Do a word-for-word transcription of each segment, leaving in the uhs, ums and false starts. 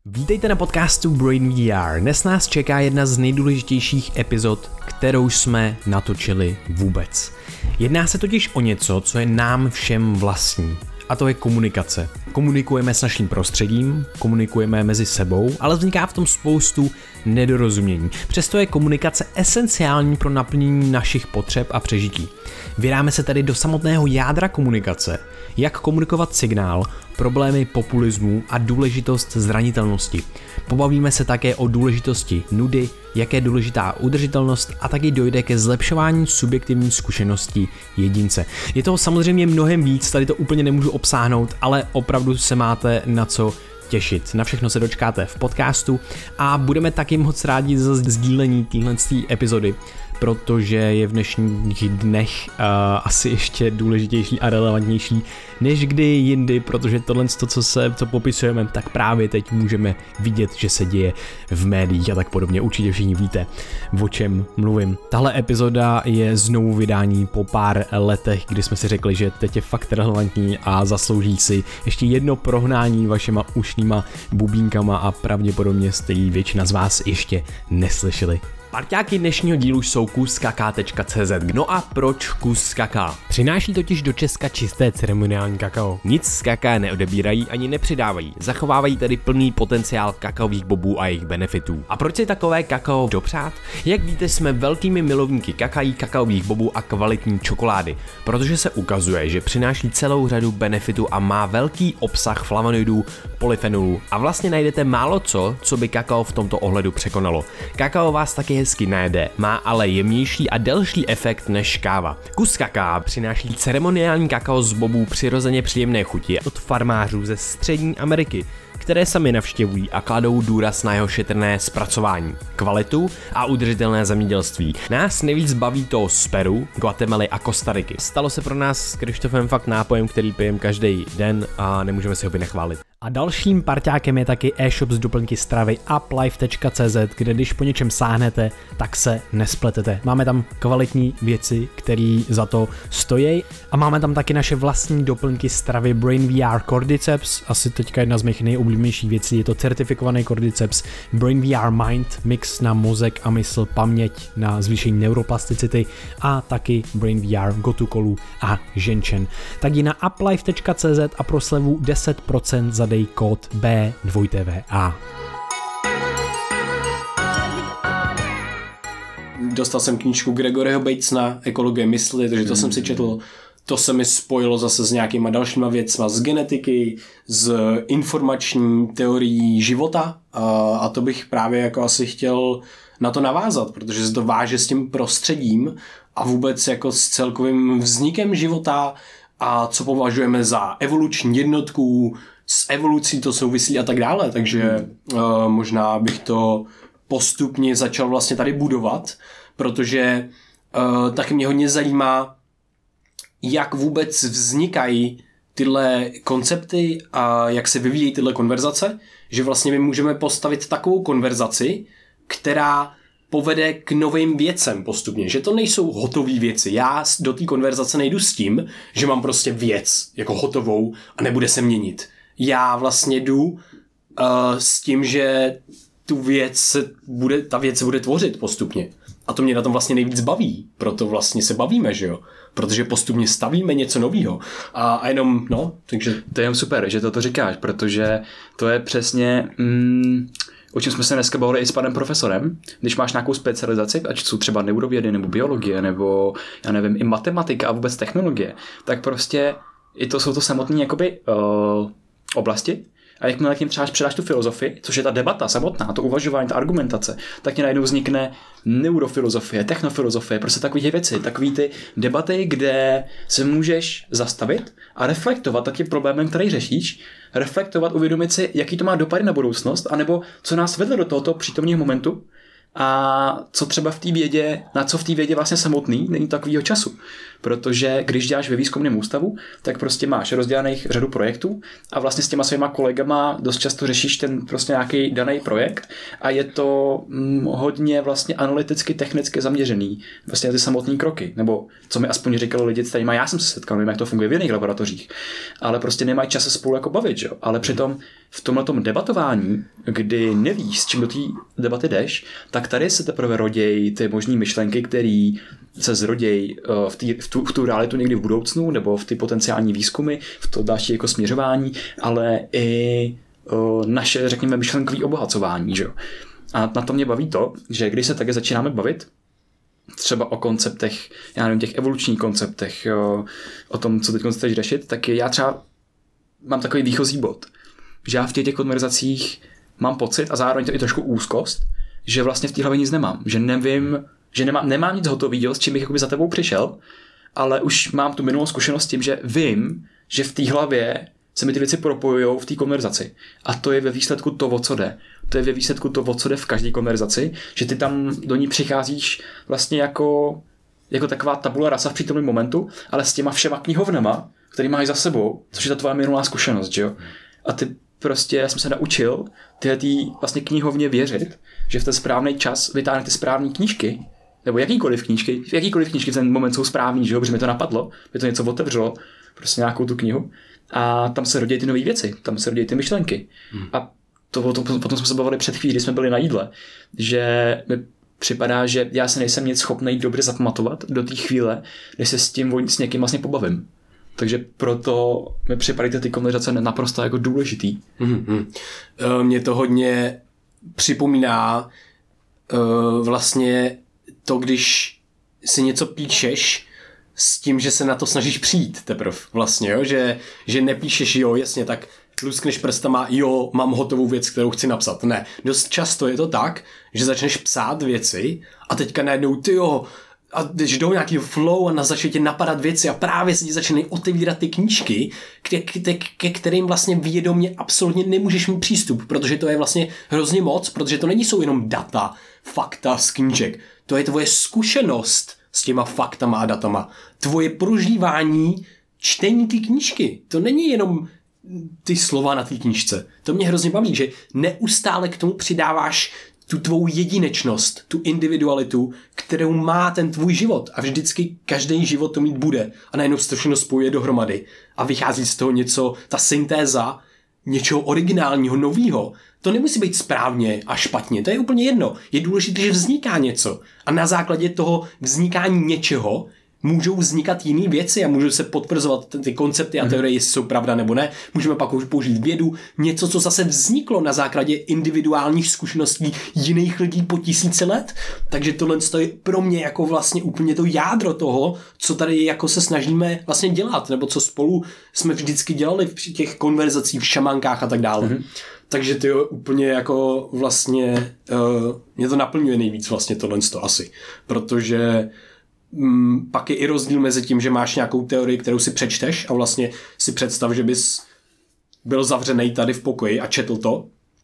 Vítejte na podcastu Brain V R. Dnes nás čeká jedna z nejdůležitějších epizod, kterou jsme natočili vůbec. Jedná se totiž o něco, co je nám všem vlastní. A to je komunikace. Komunikujeme s naším prostředím, komunikujeme mezi sebou, ale vzniká v tom spoustu nedorozumění. Přesto je komunikace esenciální pro naplnění našich potřeb a přežití. Vydáme se tedy do samotného jádra komunikace, jak komunikovat signál, problémy populismu a důležitost zranitelnosti. Pobavíme se také o důležitosti nudy, jak je důležitá udržitelnost a taky dojde ke zlepšování subjektivní zkušenosti jedince. Je toho samozřejmě mnohem víc, tady to úplně nemůžu obsáhnout, ale opravdu se máte na co těšit. Na všechno se dočkáte v podcastu a budeme taky moc rádi za sdílení téhle epizody, protože je v dnešních dnech uh, asi ještě důležitější a relevantnější než kdy jindy, protože tohle, co se co popisujeme, tak právě teď můžeme vidět, že se děje v médiích a tak podobně. Určitě všichni víte, o čem mluvím. Tahle epizoda je znovu vydání po pár letech, kdy jsme si řekli, že teď je fakt relevantní a zaslouží si ještě jedno prohnání vašima ušnýma bubínkama a pravděpodobně jste ji většina z vás ještě neslyšeli. Parťáky dnešního dílu jsou kus kaká tečka cé zet. No a proč kus kaká? Přináší totiž do Česka čisté ceremoniální kakao. Nic z kaká neodebírají ani nepřidávají, zachovávají tedy plný potenciál kakaových bobů a jejich benefitů. A proč si takové kakao dopřát? Jak víte, jsme velkými milovníky kakaí, kakaových bobů a kvalitní čokolády, protože se ukazuje, že přináší celou řadu benefitů a má velký obsah flavonoidů, polyfenolů a vlastně najdete málo co, co by kakao v tomto ohledu překonalo. Kakao vás taky hezky najede, má ale jemnější a delší efekt než káva. Kus kaká přináší ceremoniální kakao z bobů přirozeně příjemné chuti od farmářů ze Střední Ameriky, které sami navštěvují a kladou důraz na jeho šetrné zpracování, kvalitu a udržitelné zemědělství. Nás nejvíc baví to z Peru, Guatemaly a Kostariky. Stalo se pro nás s Krištofem fakt nápojem, který pijeme každý den a nemůžeme si ho vynechválit. A dalším parťákem je taky e-shop z doplňky stravy uplife tečka cé zet, kde když po něčem sáhnete, tak se nespletete. Máme tam kvalitní věci, které za to stojí a máme tam taky naše vlastní doplňky stravy Brain V R Cordyceps, asi teďka jedna z mých nejoblíbenějších věcí, je to certifikovaný Cordyceps Brain V R Mind, mix na mozek a mysl, paměť na zvýšení neuroplasticity a taky Brain V R Gotu-kolu a ženčen. Tak jdi na uplife tečka cé zet a pro slevu deset procent za dej kód bé dva té á. Dostal jsem knížku Gregoryho Batesona Ekologie mysli, takže to mm. jsem si četl. To se mi spojilo zase s nějakýma dalšíma věcma z genetiky, z informační teorií života a, a to bych právě jako asi chtěl na to navázat, protože se to váže s tím prostředím a vůbec jako s celkovým vznikem života a co považujeme za evoluční jednotku, s evolucí to souvisí a tak dále, takže uh, možná bych to postupně začal vlastně tady budovat, protože uh, taky mě hodně zajímá, jak vůbec vznikají tyhle koncepty a jak se vyvíjejí tyhle konverzace, že vlastně my můžeme postavit takovou konverzaci, která povede k novým věcem postupně, že to nejsou hotové věci. Já do té konverzace nejdu s tím, že mám prostě věc jako hotovou a nebude se měnit. Já vlastně jdu uh, s tím, že tu věc bude, ta věc se bude tvořit postupně. A to mě na tom vlastně nejvíc baví. Proto vlastně se bavíme, že jo? Protože postupně stavíme něco nového. A, a jenom, no, takže... To je jen super, že to to říkáš, protože to je přesně... Mm, o čem jsme se dneska bavili i s panem profesorem. Když máš nějakou specializaci, ať jsou třeba neurovědy, nebo biologie, nebo já nevím, i matematika a vůbec technologie, tak prostě i to jsou to samotné jakoby... Uh, oblasti a jakmile k ním třeba předáš tu filozofii, což je ta debata samotná, to uvažování, ta argumentace, tak ti najednou vznikne neurofilozofie, technofilozofie, prostě takové věci, takové ty debaty, kde se můžeš zastavit a reflektovat nad tím problémem, který řešíš, reflektovat, uvědomit si, jaký to má dopady na budoucnost, anebo co nás vedlo do tohoto přítomného momentu a co třeba v té vědě, na co v té vědě vlastně samotný, není takovýho času. protože když děláš ve výzkumném ústavu, tak prostě máš rozdělaných řadu projektů a vlastně s těma svýma kolegama dost často řešíš ten prostě nějaký daný projekt a je to hm, hodně vlastně analyticky, technicky zaměřený vlastně na ty samotné kroky, nebo co mi aspoň říkalo lidi, tady má, já jsem se setkal, nevím, jak to funguje v jiných laboratořích, ale prostě nemají čas se spolu jako bavit, jo? Ale přitom v tomhletom debatování, kdy nevíš, s čím do té debaty jdeš, tak tady se teprve rodějí ty možný myšlenky, které se zrodějí v, tý, v, tu, v tu realitu někdy v budoucnu, nebo v ty potenciální výzkumy, v to další jako směřování, ale i o, naše, řekněme, myšlenkové obohacování. Že? A na to mě baví to, že když se také začínáme bavit, třeba o konceptech, já nevím, těch evolučních konceptech, o, o tom, co teď chceš řešit, tak já třeba mám takový výchozí bod, že já v těch, těch konverzacích mám pocit a zároveň to i trošku úzkost, že vlastně v té hlavě nic nemám, že nevím, že nemám, nemám nic hotového, s čím bych jakoby za tebou přišel, ale už mám tu minulou zkušenost s tím, že vím, že v té hlavě se mi ty věci propojujou v té konverzaci. A to je ve výsledku to, o co jde. To je ve výsledku to, o co jde v každé konverzaci, že ty tam do ní přicházíš vlastně jako, jako taková tabula rasa v přítomném momentu, ale s těma všema knihovnama, který máš za sebou, což je ta tvoje minulá zkušenost, že jo? A ty prostě, já jsem se naučil tyhle tý vlastně knihovně věřit, že v ten správný čas vytáhne ty správné knížky, nebo jakýkoliv knížky, jakýkoliv knížky v ten moment jsou správný, že jo, protože mi to napadlo, mi to něco otevřelo, prostě nějakou tu knihu a tam se rodí ty nové věci, tam se rodí ty myšlenky. Hmm. A to, to, potom jsme se bavili před chvílí, když jsme byli na jídle, že mi připadá, že já se nejsem nic schopný dobře zapamatovat do té chvíle, než se s tím s někým vlastně pobavím. Takže proto mi připadají ty konverzace naprosto jako důležitý. Mm-hmm. Mě to hodně připomíná uh, vlastně to, když si něco píšeš s tím, že se na to snažíš přijít teprve vlastně, jo? Že, že nepíšeš, jo, jasně, tak luskneš prstama, jo, mám hotovou věc, kterou chci napsat. Ne, dost často je to tak, že začneš psát věci a teďka najednou, ty jo, a když jdou nějaký flow a na začne tě napadat věci a právě se ti začínají otevírat ty knížky, ke, ke, ke kterým vlastně vědomě absolutně nemůžeš mít přístup, protože to je vlastně hrozně moc, protože to není jsou jenom data, fakta z knížek, to je tvoje zkušenost s těma faktama a datama, tvoje prožívání čtení ty knížky, to není jenom ty slova na té knížce, to mě hrozně baví, že neustále k tomu přidáváš tu tvou jedinečnost, tu individualitu, kterou má ten tvůj život. A vždycky každý život to mít bude. A najednou se to všechno spojuje dohromady. A vychází z toho něco, ta syntéza něčeho originálního, nového. To nemusí být správně a špatně. To je úplně jedno. Je důležité, že vzniká něco. A na základě toho vznikání něčeho můžou vznikat jiné věci a můžou se potvrzovat ty koncepty a teorie, jestli jsou pravda nebo ne. Můžeme pak už použít vědu, něco, co zase vzniklo na základě individuálních zkušeností jiných lidí po tisíce let. Takže tohle je pro mě jako vlastně úplně to jádro toho, co tady jako se snažíme vlastně dělat, nebo co spolu jsme vždycky dělali při těch konverzacích v šamankách a tak dále. Mm-hmm. Takže to je úplně jako vlastně uh, mě to naplňuje nejvíc vlastně tohle asi, protože pak je i rozdíl mezi tím, že máš nějakou teorii, kterou si přečteš a vlastně si představ, že bys byl zavřený tady v pokoji a četl to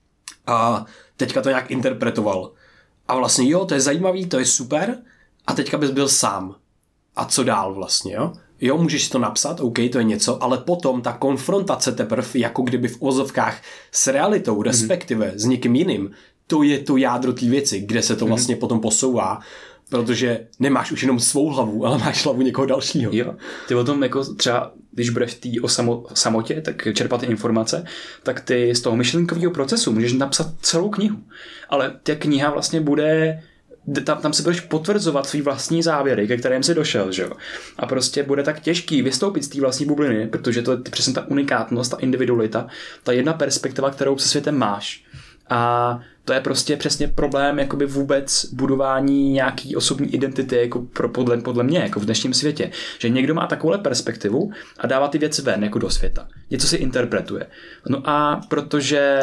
a teďka to nějak interpretoval. A vlastně jo, to je zajímavý, to je super a teďka bys byl sám. A co dál vlastně, jo? Jo, můžeš si to napsat, OK, to je něco, ale potom ta konfrontace teprve jako kdyby v ozovkách s realitou, respektive s někým jiným, to je to jádro té věci, kde se to vlastně mm-hmm. potom posouvá. Protože nemáš už jenom svou hlavu, ale máš hlavu někoho dalšího. Jo. Ty o tom jako třeba, když budeš v té o samo, samotě, tak čerpat ty informace, tak ty z toho myšlenkového procesu můžeš napsat celou knihu. Ale ta kniha vlastně bude, tam, tam se budeš potvrzovat svý vlastní závěry, ke kterým jsi došel, že jo. A prostě bude tak těžký vystoupit z té vlastní bubliny, protože to je přesně ta unikátnost, ta individualita, ta jedna perspektiva, kterou se světem máš. A to je prostě přesně problém jakoby vůbec budování nějaký osobní identity jako pro, podle, podle mě jako v dnešním světě. Že někdo má takovou perspektivu a dává ty věci ven jako do světa. Něco si interpretuje. No a protože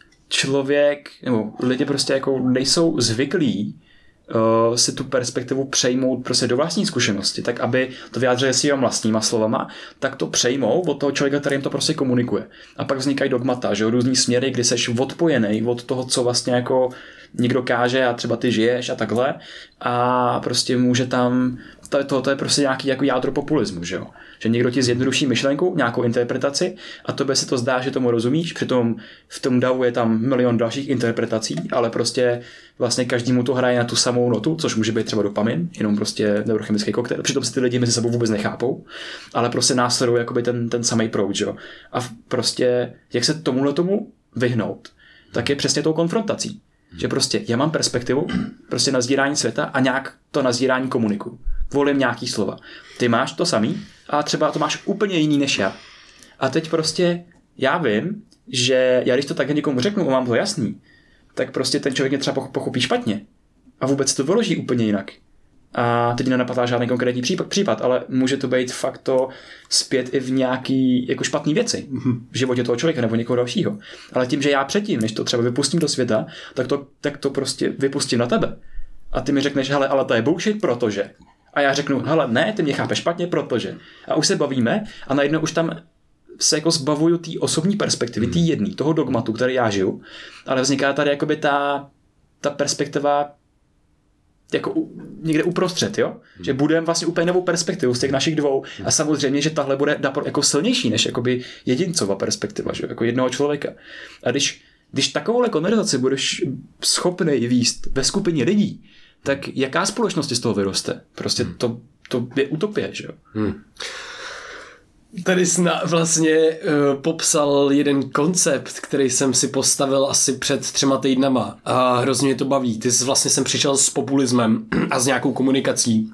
člověk, nebo lidi prostě jako nejsou zvyklí uh, si tu perspektivu přejmout prostě do vlastní zkušenosti, tak aby to vyjádřili svýma vlastníma slovama, tak to přejmou od toho člověka, který jim to prostě komunikuje. A pak vznikají dogmata, že různý směry, kdy seš odpojený od toho, co vlastně jako někdo káže a třeba ty žiješ a takhle a prostě může tam to, to, to je prostě nějaký jako jádro populismu, že jo? Že někdo ti zjednoduší myšlenku, nějakou interpretaci a tobě se to zdá, že tomu rozumíš, přitom v tom davu je tam milion dalších interpretací, ale prostě vlastně každému to hraje na tu samou notu, což může být třeba dopamin, jenom prostě neurochemický koktejl. Přitom se ty lidi mezi sebou vůbec nechápou, ale prostě následují jakoby ten, ten samý proud, že jo? A prostě jak se tomuhle tomu vyhnout, tak je přesně tou konfrontací. Že prostě já mám perspektivu prostě na sdírání světa a nějak to na sdírání komunikuju. Volím nějaký slova. Ty máš to samý a třeba to máš úplně jiný než já. A teď prostě já vím, že já když to takhle někomu řeknu a mám to jasný, tak prostě ten člověk mě třeba pochopí špatně. A vůbec to vyloží úplně jinak. A teď nenapadá žádný konkrétní případ, případ, ale může to být fakt to zpět i v nějaký jako špatný věci v životě toho člověka nebo někoho dalšího. Ale tím, že já předtím, než to třeba vypustím do světa, tak to, tak to prostě vypustím na tebe. A ty mi řekneš, hele, ale to je bullshit, protože. A já řeknu, hele, ne, ty mě chápeš špatně, protože. A už se bavíme a najednou už tam se jako zbavuju té osobní perspektivy, té jedný, toho dogmatu, který já žiju, ale vzniká tady jakoby ta, ta perspektiva jako u, někde uprostřed, jo? Hmm. Že budeme vlastně úplně novou perspektivu z těch našich dvou a samozřejmě, že tahle bude jako silnější než jakoby jedincová perspektiva, že? Jako jednoho člověka. A když, když takovouhle konverzaci budeš schopný vést ve skupině lidí, tak jaká společnost z toho vyroste? Prostě hmm. to, to je utopie, že jo? Hmm. Tady jsi na, vlastně uh, popsal jeden koncept, který jsem si postavil asi před třema týdnama a hrozně mě to baví. Ty jsi vlastně jsem přišel s populismem a s nějakou komunikací.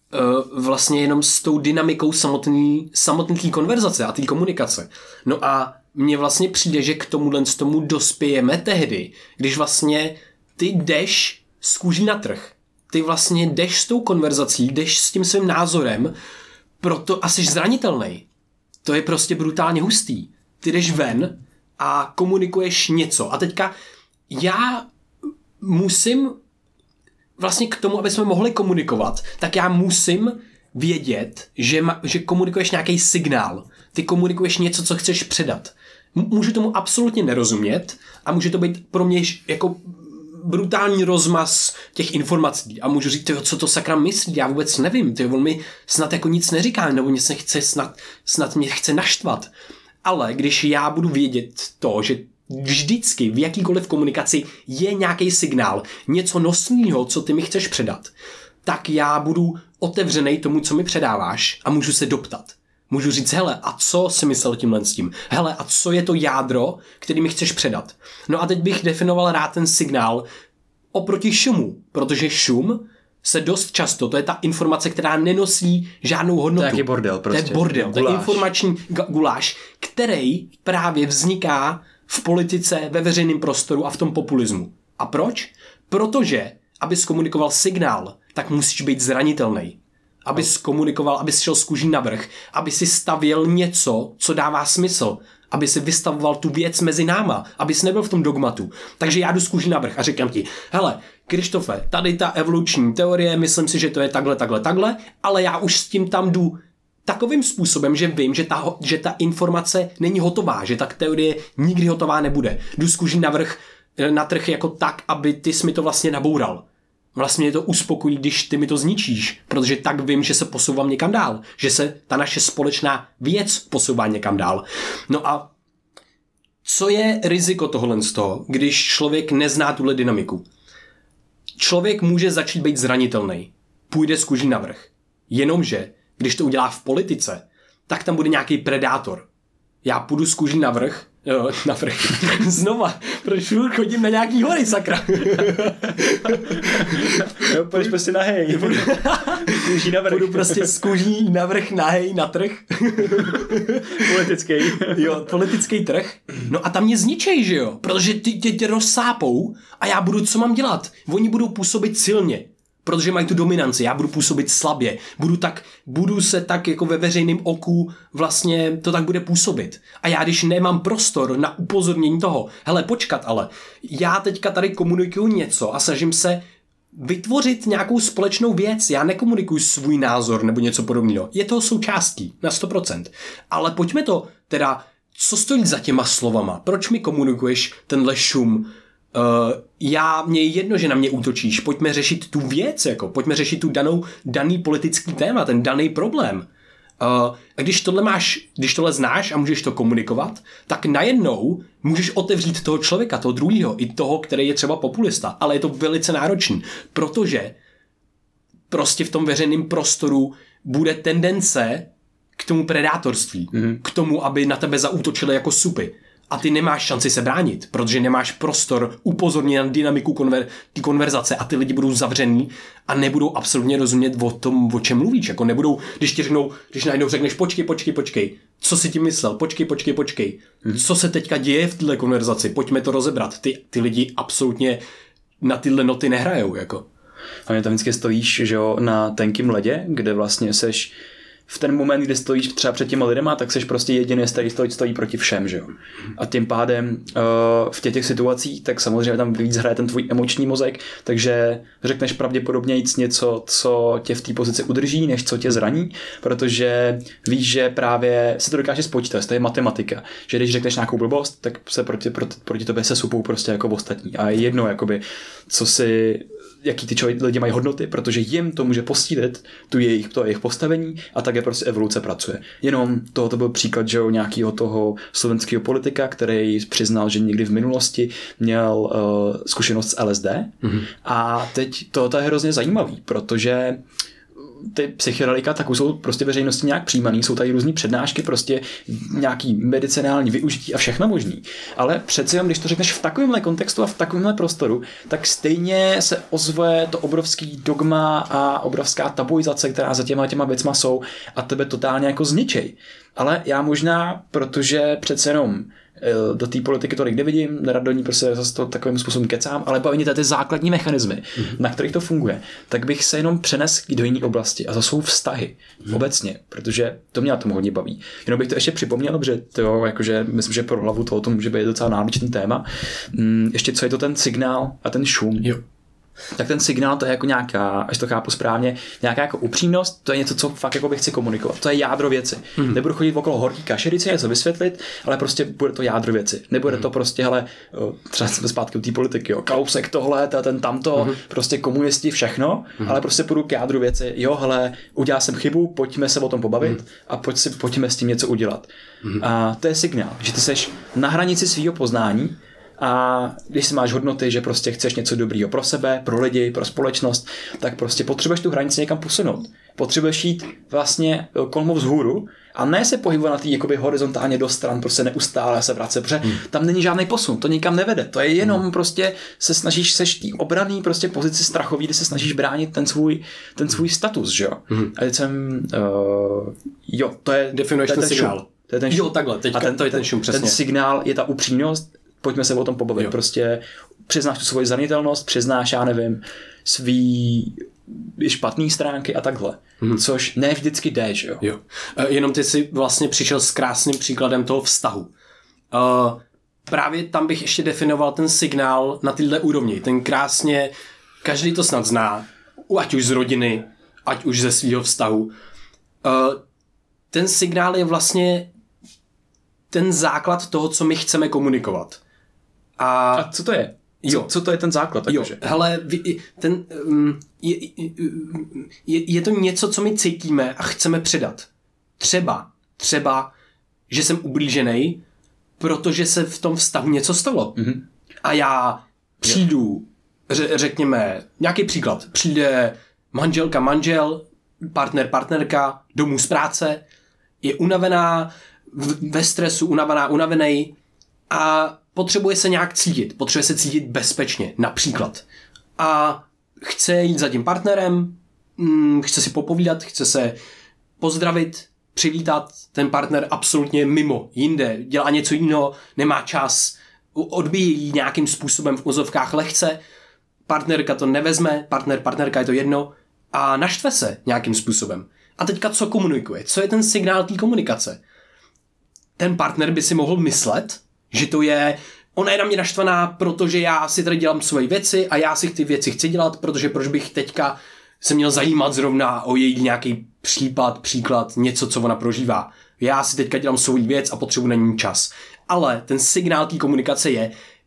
Uh, vlastně jenom s tou dynamikou samotný, samotný konverzace a té komunikace. No a mně vlastně přijde, že k tomuhle z tomu dospějeme tehdy, když vlastně ty jdeš z kůží na trh. Ty vlastně jdeš s tou konverzací, jdeš s tím svým názorem, proto a jsi zranitelnej. To je prostě brutálně hustý. Ty jdeš ven a komunikuješ něco. A teďka já musím vlastně k tomu, aby jsme mohli komunikovat, tak já musím vědět, že, ma, že komunikuješ nějaký signál. Ty komunikuješ něco, co chceš předat. Můžu tomu absolutně nerozumět a může to být pro mě jako brutální rozmaz těch informací a můžu říct, tyjo, co to sakra myslí, já vůbec nevím, tyjo, on mi snad jako nic neříká, nebo mě se chce snad, snad mě chce naštvat. Ale když já budu vědět to, že vždycky v jakýkoliv komunikaci je nějaký signál, něco nosného, co ty mi chceš předat, tak já budu otevřenej tomu, co mi předáváš a můžu se doptat. Můžu říct, hele, a co si myslel tímhle s tím? Hele, a co je to jádro, který mi chceš předat? No a teď bych definoval rád ten signál oproti šumu, protože šum se dost často, to je ta informace, která nenosí žádnou hodnotu. To je bordel prostě. To je bordel, guláš. To je informační guláš, který právě vzniká v politice, ve veřejném prostoru a v tom populismu. A proč? Protože, abys komunikoval signál, tak musíš být zranitelný. Abys komunikoval, abys šel z kůží na vrch, aby si stavěl něco, co dává smysl, aby si vystavoval tu věc mezi náma, abys nebyl v tom dogmatu. Takže já jdu z kůží na vrch a říkám ti, hele, Krištofe, tady ta evoluční teorie, myslím si, že to je takhle, takhle, takhle, ale já už s tím tam jdu takovým způsobem, že vím, že ta, že ta informace není hotová, že ta teorie nikdy hotová nebude. Jdu z kůží na vrch, na trh jako tak, aby ty jsi mi to vlastně naboural. Vlastně mě to uspokojí, když ty mi to zničíš, protože tak vím, že se posouvám někam dál, že se ta naše společná věc posouvá někam dál. No a co je riziko tohle z toho, když člověk nezná tuhle dynamiku? Člověk může začít být zranitelný, půjde z kůží na vrch. Jenomže, když to udělá v politice, tak tam bude nějaký predátor. Já půjdu z kůží na vrch, jo, na vrch. Znova, proč chodím na nějaký hory, sakra. Jo, půjdeš prostě nahej. Kůží na vrch. Půjdu prostě z kůží na vrch, nahej, na trh. Politický. Jo, politický trh. No a tam mě zničej, že jo? Protože ty tě, tě rozsápou a já budu, co mám dělat? Oni budou působit silně. Protože mají tu dominanci, já budu působit slabě, budu, tak, budu se tak jako ve veřejném oku vlastně to tak bude působit. A já když nemám prostor na upozornění toho, hele počkat ale, já teďka tady komunikuju něco a snažím se vytvořit nějakou společnou věc, já nekomunikuju svůj názor nebo něco podobného, je to součástí na sto procent. Ale pojďme to teda, co stojí za těma slovama, proč mi komunikuješ tenhle šum, Uh, já, mě je jedno, že na mě útočíš, pojďme řešit tu věc, jako, pojďme řešit tu danou, daný politický téma, ten daný problém. Uh, a když tohle máš, když tohle znáš a můžeš to komunikovat, tak najednou můžeš otevřít toho člověka, toho druhého, i toho, který je třeba populista, ale je to velice náročný, protože prostě v tom veřejném prostoru bude tendence k tomu predátorství, mm. k tomu, aby na tebe zaútočili jako supy. A ty nemáš šanci se bránit, protože nemáš prostor upozornit na dynamiku konver- ty konverzace a ty lidi budou zavřený a nebudou absolutně rozumět o tom, o čem mluvíš. Jako nebudou, když ti řeknou, když najednou řekneš počkej, počkej, počkej, co jsi tím myslel, počkej, počkej, počkej, hmm. co se teďka děje v této konverzaci, pojďme to rozebrat. Ty, ty lidi absolutně na tyhle noty nehrajou. Jako. A mě tam vždycky stojíš, že jo, na tenkým ledě, kde vlastně seš v ten moment, kdy stojíš třeba před těma lidema, tak seš prostě jediný, který stojí, stojí proti všem, že jo. A tím pádem uh, v těch, těch situacích, tak samozřejmě tam víc hraje ten tvůj emoční mozek, takže řekneš pravděpodobně něco, co tě v té pozici udrží, než co tě zraní, protože víš, že právě se to dokáže spočítat, to je matematika, že když řekneš nějakou blbost, tak se proti, proti, proti tobě se supou prostě jako ostatní. A je jedno, jakoby, co si jaký ty člověk, lidi mají hodnoty, protože jim to může posílit tu jejich, to jejich postavení a tak je prostě evoluce pracuje. Jenom toho to byl příklad, že nějakého toho slovenského politika, který přiznal, že někdy v minulosti měl uh, zkušenost s L S D mm-hmm. a teď to, to je hrozně zajímavý, protože ty psychedelika tak jsou prostě veřejnosti nějak přijímaný, jsou tady různý přednášky, prostě nějaký medicinální využití a všechno možný. Ale přeci jenom, když to řekneš v takovémhle kontextu a v takovémhle prostoru, tak stejně se ozve to obrovský dogma a obrovská tabuizace, která za těma těma věcma jsou a tebe totálně jako zničej. Ale já možná, protože přece jenom do té politiky tolik nevidím, nerad do ní prostě zase to takovým způsobem kecám, ale baví mě ty základní mechanismy, mm-hmm. na kterých to funguje, tak bych se jenom přenesl do jiné oblasti a to jsou vztahy mm-hmm. obecně, protože to mě na tom hodně baví. Jenom bych to ještě připomněl, protože to, jakože myslím, že pro hlavu toho to může být docela náročný téma. Ještě co je to ten signál a ten šum. Jo. Tak ten signál to je jako nějaká, až to chápu správně, nějaká jako upřímnost, to je něco, co fakt jako bych chci komunikovat. To je jádro věci. Mm. Nebudu chodit okolo horký kašerice, něco vysvětlit, ale prostě bude to jádro věci. Nebude mm. to prostě, hele, třeba jsme zpátky u té politiky, jo, Kalousek tohle, ten tamto, mm. prostě komunisti, všechno, mm. ale prostě půjdu k jádru věci. Jo, hele, udělal jsem chybu, pojďme se o tom pobavit mm. a pojď si, pojďme s tím něco udělat. Mm. A to je signál, že ty seš na hranici svého poznání. A když si máš hodnoty, že prostě chceš něco dobrýho pro sebe, pro lidi, pro společnost, tak prostě potřebuješ tu hranici někam posunout. Potřebuješ jít vlastně kolmou vzhůru a ne se pohybovat na tý jakoby horizontálně do stran, prostě neustále se vracet, protože hmm. tam není žádný posun, to nikam nevede. To je jenom hmm. prostě se snažíš seš tý obraný prostě pozici strachový, kdy se snažíš bránit ten svůj, ten svůj status, že jo. Hmm. A teď jsem, uh, jo, to je, definuješ to je ten, ten signál. To je ten šum. Jo, takhle, teďka ten, to je ten šum, přesně. Ten signál je ta upřímnost. Pojďme se o tom pobavit. Jo. Prostě přiznáš tu svoji zranitelnost, přiznáš, já nevím, svý špatný stránky a takhle. Hmm. Což ne vždycky jde, že jo? jo. E, jenom ty jsi vlastně přišel s krásným příkladem toho vztahu. E, právě tam bych ještě definoval ten signál na tyhle úrovni. Ten krásně, každý to snad zná, ať už z rodiny, ať už ze svého vztahu. E, ten signál je vlastně ten základ toho, co my chceme komunikovat. A, a co to je? Co, jo. co to je ten základ? Jo, hele, ten, um, je, je, je to něco, co my cítíme a chceme předat. Třeba, třeba, že jsem ublížený, protože se v tom vztahu něco stalo. Mm-hmm. A já přijdu, ře, řekněme, nějaký příklad, přijde manželka, manžel, partner, partnerka, domů z práce, je unavená, ve stresu, unavená, unavenej a potřebuje se nějak cítit. Potřebuje se cítit bezpečně, například. A chce jít za tím partnerem, chce si popovídat, chce se pozdravit, přivítat. Ten partner absolutně mimo, jinde, dělá něco jiného, nemá čas, odbíjí nějakým způsobem v ozovkách lehce. Partnerka to nevezme, partner, partnerka je to jedno a naštve se nějakým způsobem. A teďka co komunikuje? Co je ten signál té komunikace? Ten partner by si mohl myslet, že to je, ona je na mě naštvaná, protože já si tady dělám svoje věci a já si ty věci chci dělat, protože proč bych teďka se měl zajímat zrovna o její nějaký případ, příklad, něco, co ona prožívá. Já si teďka dělám svou věc a potřebuji na ní čas. Ale ten signál té komunikace je,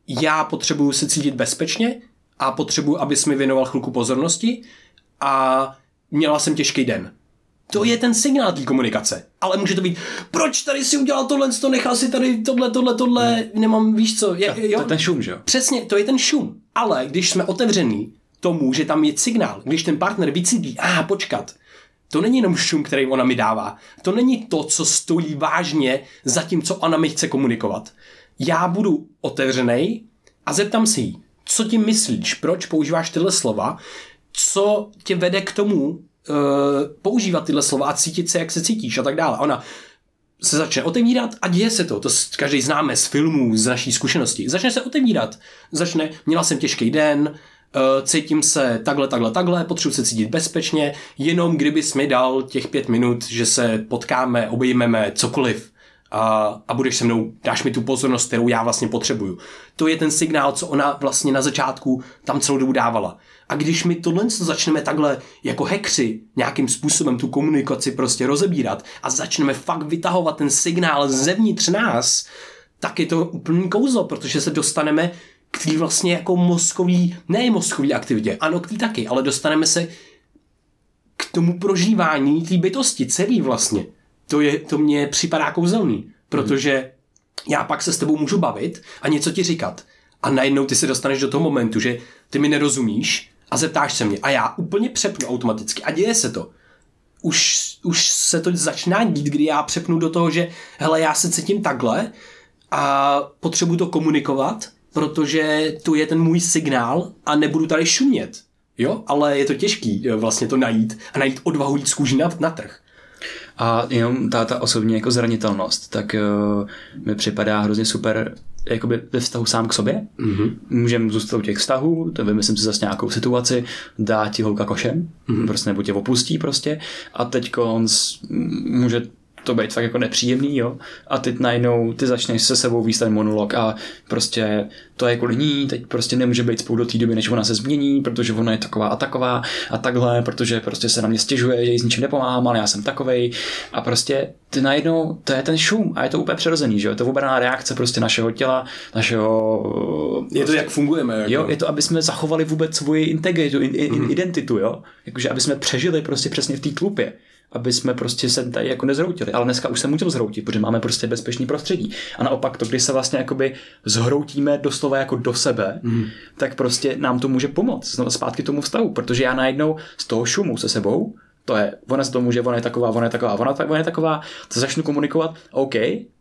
já potřebuju se cítit bezpečně a potřebuju, abys mi věnoval chvilku pozornosti a měla jsem těžký den. To je ten signál té komunikace. Ale může to být, proč tady si udělal tohle, to nechal si tady tohle, tohle, tohle, nemám, víš co. Je, jo? To je ten šum, že jo? Přesně, to je ten šum. Ale když jsme otevření tomu, že tam je signál, když ten partner vycítí, a ah, počkat, to není jenom šum, který ona mi dává. To není to, co stojí vážně za tím, co ona mi chce komunikovat. Já budu otevřenej a zeptám si jí, co tím myslíš, proč používáš tyhle slova, co tě vede k tomu, Uh, používat tyhle slova a cítit se, jak se cítíš a tak dále. Ona se začne otevírat a děje se to. To každý známe z filmů, z naší zkušenosti. Začne se otevírat. Začne, měla jsem těžký den, uh, cítím se takhle, takhle, takhle, potřebuji se cítit bezpečně, jenom kdybys mi dal těch pět minut, že se potkáme, obejmeme, cokoliv a, a budeš se mnou, dáš mi tu pozornost, kterou já vlastně potřebuju. To je ten signál, co ona vlastně na začátku tam celou dobu dávala. A když my tohle začneme takhle jako hackři nějakým způsobem tu komunikaci prostě rozebírat a začneme fakt vytahovat ten signál zevnitř nás, tak je to úplný kouzlo, protože se dostaneme k té vlastně jako mozkový, ne mozkový aktivitě, ano k té taky, ale dostaneme se k tomu prožívání té bytosti celý vlastně. To, je, to mně připadá kouzelný, protože já pak se s tebou můžu bavit a něco ti říkat. A najednou ty se dostaneš do toho momentu, že ty mi nerozumíš a zeptáš se mě. A já úplně přepnu automaticky. A děje se to. Už, už se to začíná dít, kdy já přepnu do toho, že hele, já se cítím takhle a potřebuji to komunikovat, protože to je ten můj signál a nebudu tady šumět. Jo? Ale je to těžký vlastně to najít a najít odvahu jít z kůží na, na trh. A jenom ta, ta osobní jako zranitelnost, tak uh, mi připadá hrozně super jakoby ve vztahu sám k sobě. Mm-hmm. Můžeme zůstat u těch vztahů, to vymyslím si zase nějakou situaci, dá ti holka košem, mm-hmm. prostě nebo tě opustí prostě a teďko může to být fakt jako nepříjemný, jo. A teď najednou ty začneš se sebou víc ten monolog a prostě to je kvůli ní, teď prostě nemůže být spolu do té doby, než ona se změní, protože ona je taková a taková a takhle, protože prostě se na mě stěžuje, že jí s ničím nepomáhám, ale já jsem takovej a prostě ty najednou, to je ten šum a je to úplně přirozený, že jo. Je to obraná reakce prostě našeho těla, našeho... Prostě, je to, jak fungujeme. Jako. Jo, je to, aby jsme zachovali vůbec svoji integritu, in, in, mm. identitu, jo. Jakože aby jsme přežili prostě přesně v té tlupě. Aby jsme prostě se tady jako nezhroutili. Ale dneska už se můžeme zhroutit, protože máme prostě bezpečný prostředí. A naopak to, když se vlastně jakoby zhroutíme doslova jako do sebe, mm. tak prostě nám to může pomoct. Znovu zpátky tomu vztahu, protože já najednou z toho šumu se sebou, to je, ona se to může, ona je taková, ona je taková, ona, ona je taková, to začnu komunikovat, OK,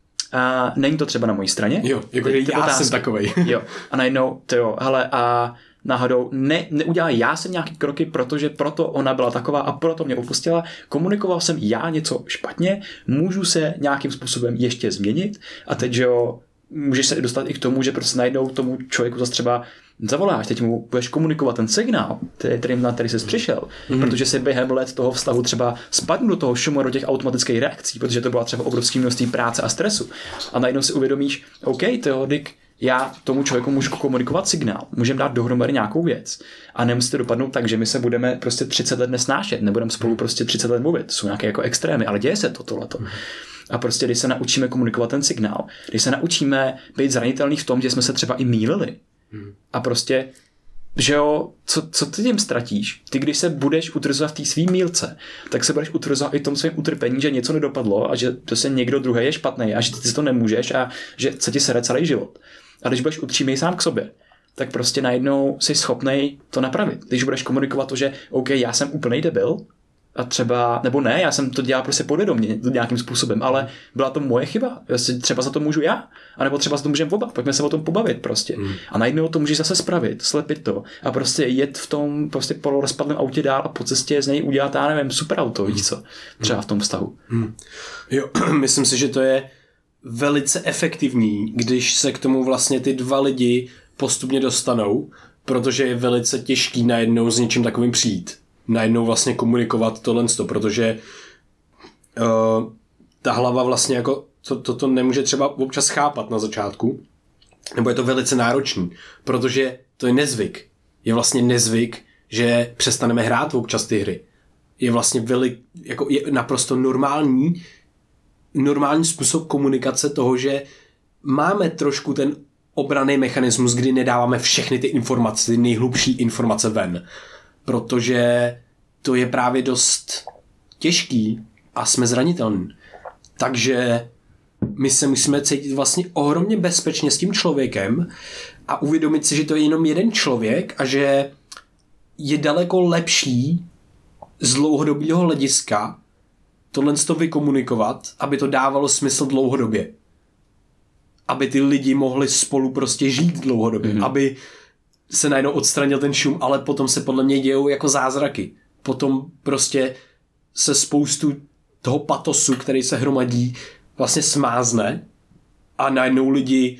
a není to třeba na mojí straně. Jo, jakože já otázky. Jsem takovej. Jo, a najednou, to jo, hele, a náhodou ne, neudělal já jsem nějaký kroky, protože proto ona byla taková a proto mě opustila. Komunikoval jsem já něco špatně, můžu se nějakým způsobem ještě změnit a teď, že jo, můžeš se dostat i k tomu, že prostě najednou tomu člověku zase třeba zavoláš, teď mu budeš komunikovat ten signál, který, na který jsi přišel, mm. protože se během let toho vztahu třeba spadnu do toho šumu, do těch automatických reakcí, protože to byla třeba obrovské množství práce a stresu. A najednou si uvědomíš, OK, to Dick, já tomu člověku můžu komunikovat signál, můžeme dát dohromady nějakou věc a nemusí to dopadnout tak, že my se budeme prostě třicet let nesnášet, nebudeme spolu prostě třicet let mluvit, jsou nějaké jako extrémy, ale děje se to tohleto. A prostě když se naučíme komunikovat ten signál, když se naučíme být zranitelný v tom, že jsme se třeba i mýlili a prostě, že jo, co, co ty tím ztratíš? Ty, když se budeš utrzovat v té svý mílce, tak se budeš utrzovat i v tom svém utrpení, že něco nedopadlo a že to se někdo druhý je špatný a že ty si to nemůžeš a že se ti sere celý život. A když budeš upřímnej sám k sobě, tak prostě najednou jsi schopnej to napravit. Když budeš komunikovat to, že OK, já jsem úplnej debil a třeba, nebo ne, já jsem to dělal prostě podvědomě nějakým způsobem, ale byla to moje chyba. Třeba za to můžu já, anebo třeba za to můžeme oba. Pojďme se o tom pobavit prostě. Mm. A najednou to můžeš zase spravit, slepit to a prostě jet v tom prostě polorozpadlém autě dál a po cestě z něj udělat, já nevím, super auto, víš co? Třeba v tom vztahu. Mm. Jo, myslím si, že to je velice efektivní, když se k tomu vlastně ty dva lidi postupně dostanou, protože je velice těžký najednou s něčím takovým přijít. Najednou vlastně komunikovat tohle, protože uh, ta hlava vlastně jako to, to, to nemůže třeba občas chápat na začátku, nebo je to velice náročný, protože to je nezvyk. Je vlastně nezvyk, že přestaneme hrát občas ty hry. Je vlastně velik, jako je naprosto normální normální způsob komunikace toho, že máme trošku ten obranný mechanismus, kdy nedáváme všechny ty informace, ty nejhlubší informace ven. Protože to je právě dost těžký a jsme zranitelní. Takže my se musíme cítit vlastně ohromně bezpečně s tím člověkem a uvědomit si, že to je jenom jeden člověk a že je daleko lepší z dlouhodobého hlediska tohle to vykomunikovat, aby to dávalo smysl dlouhodobě. Aby ty lidi mohli spolu prostě žít dlouhodobě. Mm-hmm. Aby se najednou odstranil ten šum, ale potom se podle mě dějou jako zázraky. Potom prostě se spoustu toho patosu, který se hromadí, vlastně smázne a najednou lidi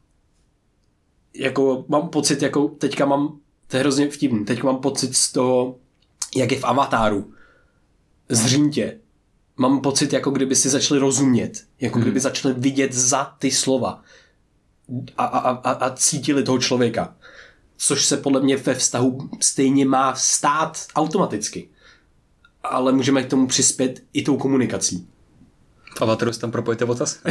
jako mám pocit, jako teďka mám, to je hrozně vtipný, teďka mám pocit z toho, jak je v Avatáru, zřejmě. Mám pocit, jako kdyby si začali rozumět, jako hmm. kdyby začali vidět za ty slova a, a, a, a cítili toho člověka. Což se podle mě ve vztahu stejně má stát automaticky. Ale můžeme k tomu přispět i tou komunikací. V Avataru si tam propojte otaz?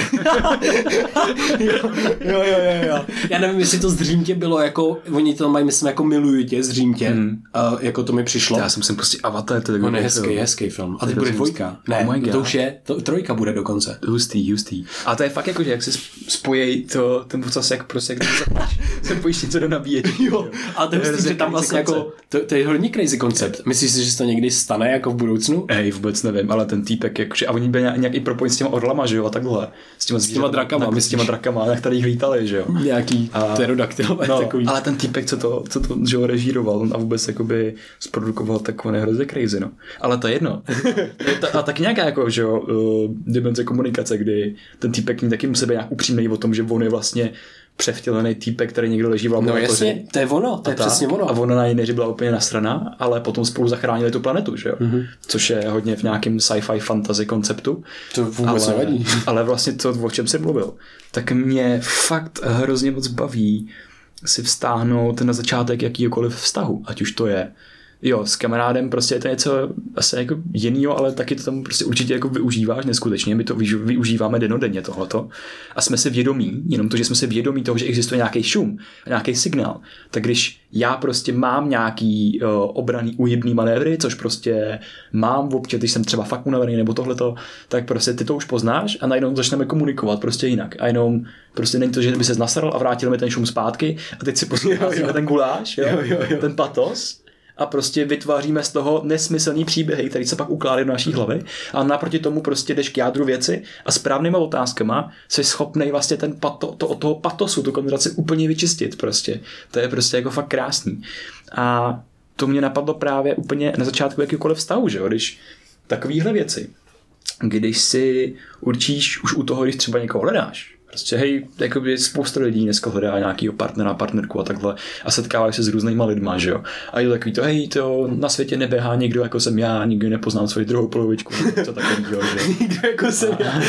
jo, jo, jo, jo. Já nevím, jestli to zřejmě bylo jako, oni to mají, myslím, jako miluju tě zřejmě, hmm. uh, jako to mi přišlo. Já jsem sem prostě Avatar. To je on je hezký, hezký film. A teď bude dvojka. Ne, oh to už je, to, trojka bude dokonce. Hustý, hustý. A to je fakt jako, že jak se spojí to, ten ocas, jak prostě, jak se pojíš něco do nabíjení. Jo, a to je hustý, že tam vlastně jako, to, to je hodně crazy koncept. Myslíš si, že se to někdy stane jako v budoucnu? Hej, vůbec nevím, ale ten týpek, jakože, a oni byli nějak i propojení s těma orlama, že jo, a takhle. S těma, s těma drakama, my s těma drakama, jak tady jich lítali, že jo. Nějaký pterodaktilové no, takový. Ale ten týpek, co to, co to že jo, režíroval a vůbec jakoby zprodukoval, tak on je hrozně crazy, no. Ale to je jedno. je to, a tak nějaká jako, že jo, uh, dimenze komunikace, kdy ten týpek taky musí být nějak upřímnej o tom, že on je vlastně převtělený týpek, který někdo leží v laboratoři. No jasně, to je ono, to je přesně ono. A ona na jinéři byla úplně nasraná, ale potom spolu zachránili tu planetu, že jo? Mm-hmm. Což je hodně v nějakém sci-fi fantasy konceptu. To vůbec ale, nevadí. Ale vlastně to, o čem jsi mluvil, tak mě fakt hrozně moc baví si vztáhnout na začátek jakýkoliv vztahu, ať už to je jo, s kamarádem prostě je to něco asi jako jinýho, ale taky to tam prostě určitě jako využíváš neskutečně, my to využíváme dennodenně tohleto a jsme si vědomí, jenom to, že jsme si vědomí toho, že existuje nějaký šum, nějaký signál, tak když já prostě mám nějaký uh, obraný uhybný manévry, což prostě mám občas, když jsem třeba fakt unavený nebo tohleto, tak prostě ty to už poznáš a najednou začneme komunikovat prostě jinak a jenom prostě není to, že by ses nasral a vrátil mi ten šum zpátky a teď si posloucháme ten guláš, jo? Jo, jo, jo. Ten patos a prostě vytváříme z toho nesmyslný příběhy, které se pak ukládají do naší hlavy a naproti tomu prostě jdeš k jádru věci a správnýma otázkama jsi schopnej vlastně ten pato, to, od toho patosu, tu koncentraci úplně vyčistit prostě. To je prostě jako fakt krásný. A to mě napadlo právě úplně na začátku jakýkoliv vztahu, že jo, když takovýhle věci, když si určíš už u toho, když třeba někoho hledáš, prostě hej, jakoby spousta lidí dneska hledá nějakýho partnera, partnerku a takhle a setkávají se s různýma lidma, že jo. A je to takový to, hej, to na světě neběhá někdo jako jsem já, nikdo nepoznám svoji druhou polovičku, co takovýho, že nikdo jako jsem já.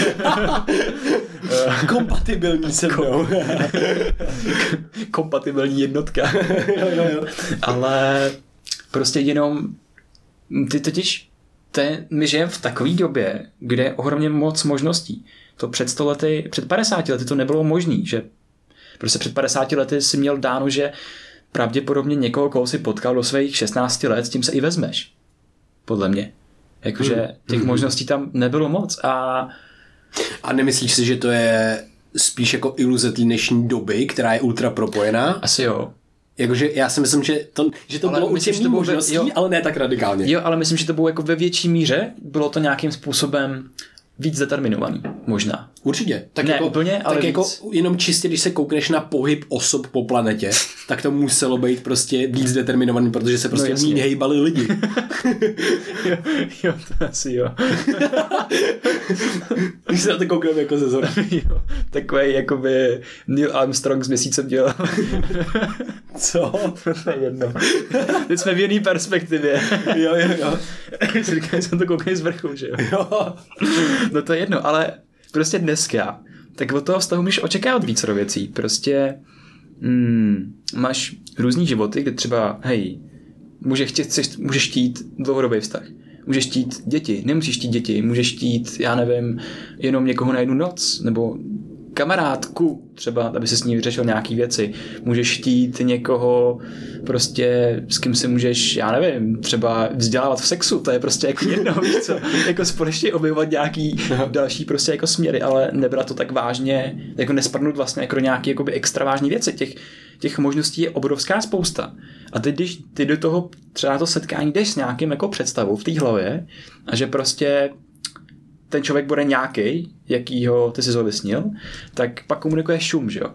Kompatibilní se mnou. Kompatibilní jednotka. jo, jo, jo. Ale prostě jenom ty totiž te, my žijeme v takové době, kde je ohromně moc možností. To před sto lety, před padesáti lety to nebylo možný, že prostě před padesáti lety si měl dáno, že pravděpodobně někoho, koho si potkal do svých šestnácti let, s tím se i vezmeš. Podle mě. Jakože hmm. těch možností tam nebylo moc a... A nemyslíš si, že to je spíš jako iluze té dnešní doby, která je ultra propojená? Asi jo. Jakože já si myslím, že to, že to ale bylo určitě možností, ve, ale ne tak radikálně. Jo, ale myslím, že to bylo jako ve větší míře, bylo to nějakým způsobem víc determinovaný, možná. Určitě. Tak ne jako, úplně, ale tak víc. Jako jenom čistě, když se koukneš na pohyb osob po planetě, tak to muselo být prostě víc determinovaný, protože se prostě no, méně hejbali lidi. jo, jo, to asi jo. Když se na to koukneme jako ze zhora. jo, takovej jakoby Neil Armstrong s měsícem dělal. Co? To je jedno. Teď jsme v jiný perspektivě. jo, jo, jo. Říkám, jsem to kouknej z vrchu, že jo. jo. No to je jedno, ale prostě dneska, tak od toho vztahu můžeš očekávat více věcí. Prostě mm, máš různý životy, kde třeba, hej, můžeš chtít, můžeš chtít dlouhodobý vztah. Můžeš chtít děti, nemusíš chtít děti, můžeš chtít, já nevím, jenom někoho na jednu noc, nebo kamarádku, třeba, aby si s ní vyřešil nějaký věci. Můžeš chtít někoho prostě, s kým si můžeš, já nevím, třeba vzdělávat v sexu, to je prostě jako jedno, víš co, jako společně objevovat nějaký další prostě jako směry, ale nebrat to tak vážně, jako nespadnout vlastně jako do nějaký jakoby extra vážný věci. Těch, těch možností je obrovská spousta. A teď, když ty do toho třeba na to setkání jdeš s nějakým jako představou v té hlavě a že prostě ten člověk bude nějaký, jakýho ty si zovysnil, tak pak komunikuješ šum, že jo?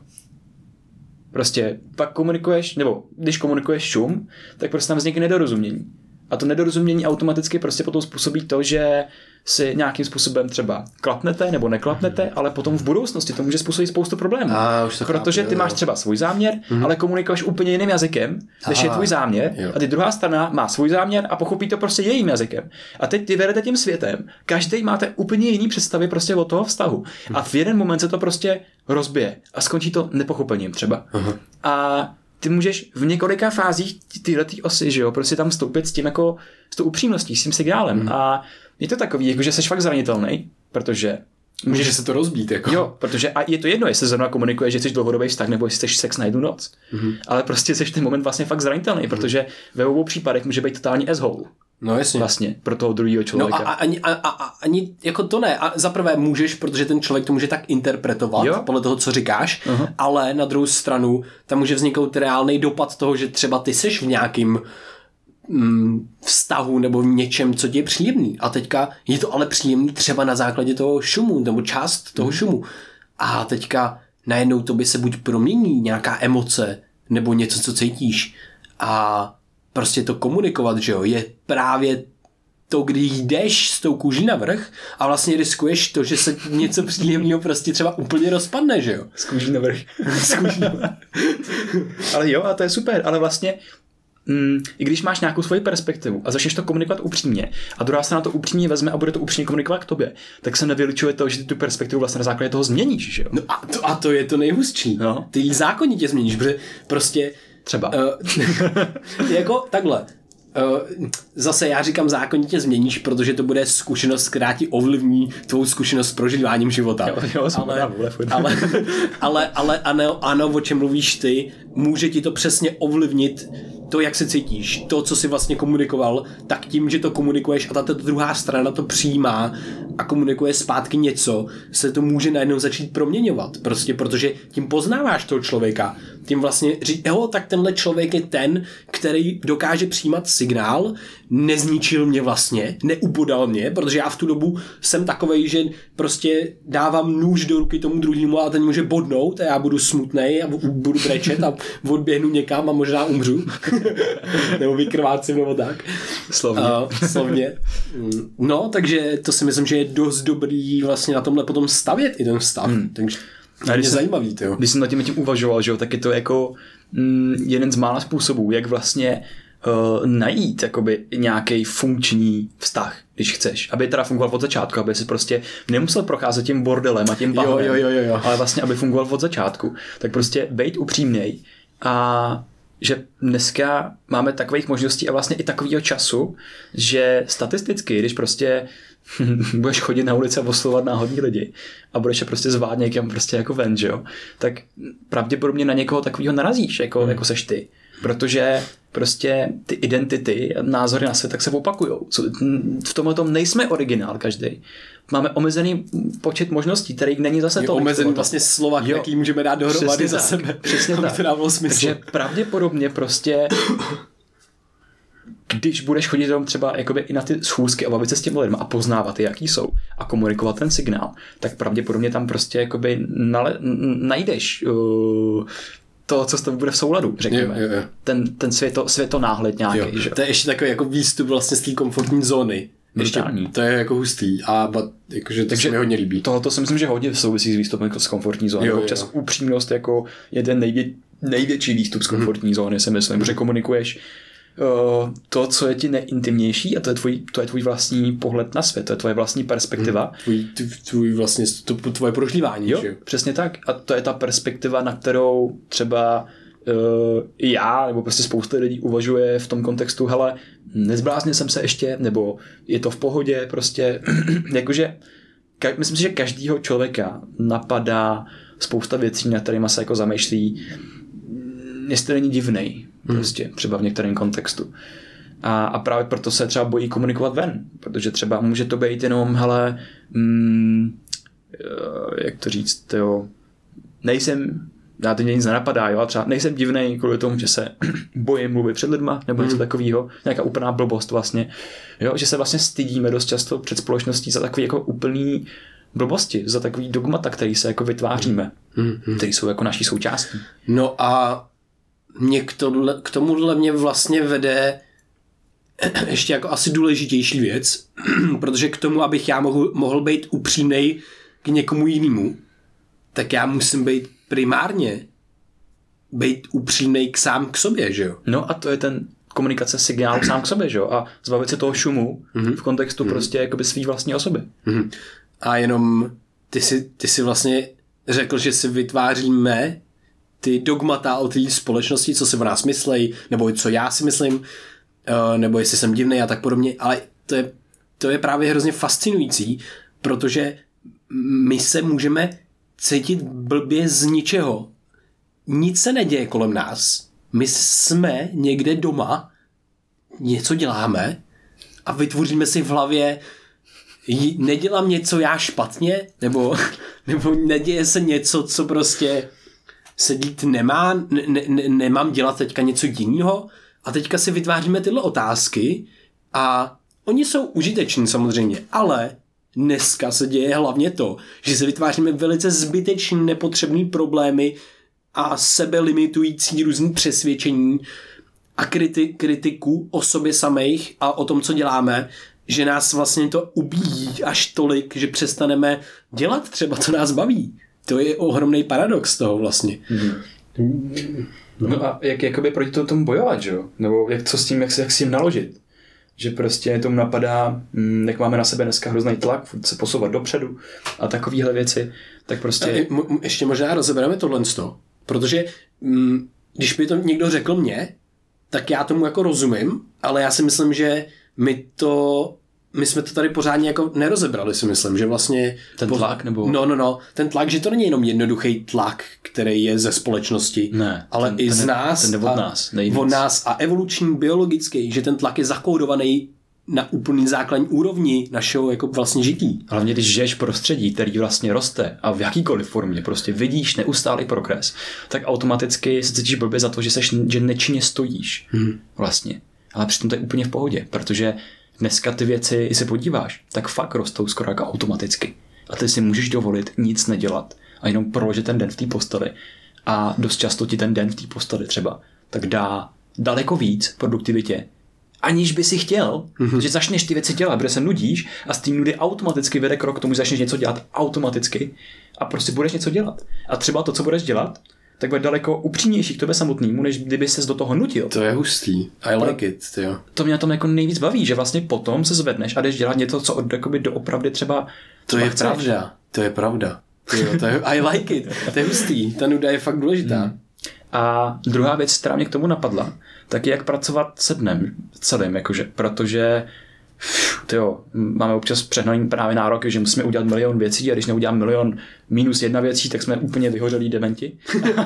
Prostě pak komunikuješ, nebo když komunikuješ šum, tak prostě tam vznikne nedorozumění. A to nedorozumění automaticky prostě potom způsobí to, že si nějakým způsobem třeba klapnete nebo neklapnete, ale potom v budoucnosti to může způsobit spoustu problémů. A, už to protože chápu, ty jo, máš jo. třeba svůj záměr, mm-hmm. ale komunikuješ úplně jiným jazykem, než Aha, je tvůj záměr. jo. A ty druhá strana má svůj záměr a pochopí to prostě jejím jazykem. A teď ty vedete tím světem, každý máte úplně jiný představy prostě od toho vztahu. A v jeden moment se to prostě rozbije a skončí to nepochopením třeba. Aha. A ty můžeš v několika fázích tyhletý osy, že jo, prostě tam vstoupit s tím jako, s tou upřímností, s tím signálem. Hmm. A je to takový, jako že jsi fakt zranitelný, protože může se to rozbít, jako. Jo, protože a je to jedno, jestli zrovna komunikuješ, že jsi dlouhodobý vztah, nebo jestli jsi sex na jednu noc. Hmm. Ale prostě jsi v ten moment vlastně fakt zranitelný, hmm. protože ve obou případech může být totální asshole. No jasně. Vlastně, pro toho druhého člověka. No a, a, ani, a, a, a ani jako to ne. A zaprvé můžeš, protože ten člověk to může tak interpretovat, jo, podle toho, co říkáš, uh-huh. ale na druhou stranu tam může vzniknout reálný dopad toho, že třeba ty seš v nějakým mm, vztahu nebo v něčem, co ti je příjemný. A teďka je to ale příjemný třeba na základě toho šumu, nebo část toho uh-huh. šumu. A teďka najednou to by se buď promění nějaká emoce, nebo něco, co cítíš. A prostě to komunikovat, že jo, je právě to, kdy jdeš s tou kůží navrch a vlastně riskuješ to, že se něco příjemného prostě třeba úplně rozpadne, že jo. S kůží navrch. S kůží navrch. Ale jo, a to je super, ale vlastně mm, i když máš nějakou svoji perspektivu a začneš to komunikovat upřímně a druhá strana to upřímně vezme a bude to upřímně komunikovat k tobě, tak se nevylučuje to, že ty tu perspektivu vlastně na základě toho změníš, že jo. No a to, a to je to nejhustší. No. Ty ji zákonitě změníš, protože prostě třeba. Uh, jako takhle. Uh, zase já říkám zákonitě změníš, protože to bude zkušenost, která ti ovlivní tvou zkušenost s prožíváním života. Jo, jo, ale, ale, ale, ale ano, ano, o čem mluvíš ty, může ti to přesně ovlivnit to, jak se cítíš, to, co jsi vlastně komunikoval, tak tím, že to komunikuješ a ta druhá strana to přijímá a komunikuje zpátky něco, se to může najednou začít proměňovat. Prostě protože tím poznáváš toho člověka. Tím vlastně říct, jo, tak tenhle člověk je ten, který dokáže přijímat signál, nezničil mě vlastně, neubodal mě, protože já v tu dobu jsem takovej, že prostě dávám nůž do ruky tomu druhému a ten může bodnout a já budu smutnej a budu brečet a odběhnu někam a možná umřu. Nebo vykrvácím nebo tak. Slovně. Uh, slovně. No, takže to si myslím, že je dost dobrý vlastně na tomhle potom stavět i ten vztah. Hmm. Takže to je zajímavý, jo. Když jsem nad tím tím uvažoval, že jo, tak je to jako mm, jeden z mála způsobů, jak vlastně uh, najít jakoby nějaký funkční vztah, když chceš. Aby teda fungoval od začátku, aby si prostě nemusel procházet tím bordelem a tím bahnem, jo, jo, jo, jo. ale vlastně aby fungoval od začátku. Tak prostě bejt upřímnej a že dneska máme takových možností a vlastně i takového času, že statisticky, když prostě budeš chodit na ulici a oslovovat náhodní lidi a budeš je prostě zvát někam prostě jako ven, že jo, tak pravděpodobně na někoho takového narazíš, jako, hmm. jako seš ty. Protože prostě ty identity a názory na svět tak se opakujou. V tomhle tom nejsme originál každý. Máme omezený počet možností, kterých není zase to. Omezený vlastně slova, jo, jaký můžeme dát dohromady za sebe. Přesně tak. To dávalo smysl. Takže pravděpodobně prostě když budeš chodit tam třeba jakoby i na ty schůzky a bavit se s těmi lidmi a poznávat je, jaký jsou a komunikovat ten signál, tak pravděpodobně tam prostě jakoby nale- najdeš uh, to, co s tebou bude v souladu, řekněme. Jo, jo, jo. Ten, ten světo, světonáhled nějaký. Že? To je ještě takový jako výstup vlastně z té komfortní zóny. Ještě, to je jako hustý a jakože to Takže se mi hodně líbí. Tohle si myslím, že hodně souvisí s výstupem z komfortní zóny. Jo, Občas jo. upřímnost jako je ten nejvě, největší výstup z komfortní mm. zóny, si myslím, mm. že komunikuješ uh, to, co je ti nejintimnější a to je, tvůj, to je tvůj vlastní pohled na svět, to je tvoje vlastní perspektiva. Mm. Tvůj, tvůj vlastně, to, tvoje prožívání. Jo, že? Přesně tak. A to je ta perspektiva, na kterou třeba Uh, já nebo prostě spousta lidí uvažuje v tom kontextu, hele, nezbláznil jsem se ještě, nebo je to v pohodě, prostě jakože ka- myslím si, že každýho člověka napadá spousta věcí, na kterýma se jako zamýšlí, jestli není divnej, prostě třeba v některém kontextu. A, a právě proto se třeba bojí komunikovat ven, protože třeba může to být jenom, hele, mm, jak to říct, jo, nejsem, já to nic nenapadá, jo, a třeba nejsem divnej kvůli tomu, že se bojím mluvit před lidma, nebo něco mm. takového, nějaká úplná blbost vlastně, jo, že se vlastně stydíme dost často před společností za takový jako úplný blbosti, za takový dogmata, který se jako vytváříme, mm. který jsou jako naší součástí. No a mě k, tohle, k tomuhle mě vlastně vede ještě jako asi důležitější věc, protože k tomu, abych já mohl, mohl být upřímnej k někomu jinému, tak já musím být primárně být upřímnej k sám k sobě, že jo? No a to je ten komunikace signálu sám k sobě, že jo? A zbavit se toho šumu mm-hmm. v kontextu mm-hmm. prostě jakoby svý vlastní osoby. Mm-hmm. A jenom ty si, ty si vlastně řekl, že si vytváříme ty dogmata o té společnosti, co si o nás myslej, nebo co já si myslím, nebo jestli jsem divnej a tak podobně, ale to je, to je právě hrozně fascinující, protože my se můžeme cítit blbě z ničeho. Nic se neděje kolem nás. My jsme někde doma, něco děláme a vytvoříme si v hlavě, nedělám něco já špatně, nebo, nebo neděje se něco, co prostě se dít nemá, ne, ne, nemám dělat teďka něco jiného. A teďka si vytváříme tyhle otázky a oni jsou užiteční samozřejmě, ale dneska se děje hlavně to, že si vytváříme velice zbytečný, nepotřebný problémy a sebelimitující různý přesvědčení a kriti- kritiku o sobě samých a o tom, co děláme, že nás vlastně to ubíjí až tolik, že přestaneme dělat třeba, co nás baví. To je ohromný paradox toho vlastně. Mm. No a jak jakoby proti tomu bojovat, že jo? Nebo jak, co s tím, jak, jak s tím naložit? Že prostě tomu napadá, hm, jak máme na sebe dneska hrozný tlak, se posouvat dopředu a takovéhle věci, tak prostě... Je, ještě možná rozebereme tohle sto, protože hm, když by to někdo řekl mně, tak já tomu jako rozumím, ale já si myslím, že my to... My jsme to tady pořádně jako nerozebrali, si myslím, že vlastně... Ten tlak nebo... No, no, no. Ten tlak, že to není jenom jednoduchý tlak, který je ze společnosti, ne, ale ten, i ten, z nás. ten od nás, nejvíc. Od nás a evoluční, biologický, že ten tlak je zakódovaný na úplný základní úrovni našeho jako vlastně žití. Hlavně když žiješ v prostředí, který vlastně roste a v jakýkoliv formě prostě vidíš neustálý progres, tak automaticky se cítíš blbě za to, že, seš, že nečinně stojíš hmm. vlastně. Ale přitom to je úplně v pohodě, protože dneska ty věci, když se podíváš, tak fakt rostou skoro jako automaticky. A ty si můžeš dovolit nic nedělat a jenom proložit ten den v té posteli. A dost často ti ten den v té posteli třeba tak dá daleko víc produktivitě, aniž by si chtěl, mm-hmm. že začneš ty věci dělat, protože se nudíš a z té nudy automaticky vede krok k tomu, že začneš něco dělat automaticky a prostě budeš něco dělat. A třeba to, co budeš dělat, tak bude daleko upřímnější k tobě samotnému, než kdyby ses do toho nutil. To je hustý. I like it. Tyjo. To mě na tom jako nejvíc baví, že vlastně potom se zvedneš a jdeš dělat něco, co od, jakoby doopravdy třeba... To je chceš. Pravda. To je pravda. Tyjo, to je, I like it. To je hustý. Ta nuda je fakt důležitá. Hmm. A druhá věc, která mě k tomu napadla, tak je jak pracovat se dnem celým, jakože, protože tyjo, máme občas přehnaný právě nároky, že musíme udělat milion věcí a když neudělám milion minus jedna věcí, tak jsme úplně vyhořelí dementi.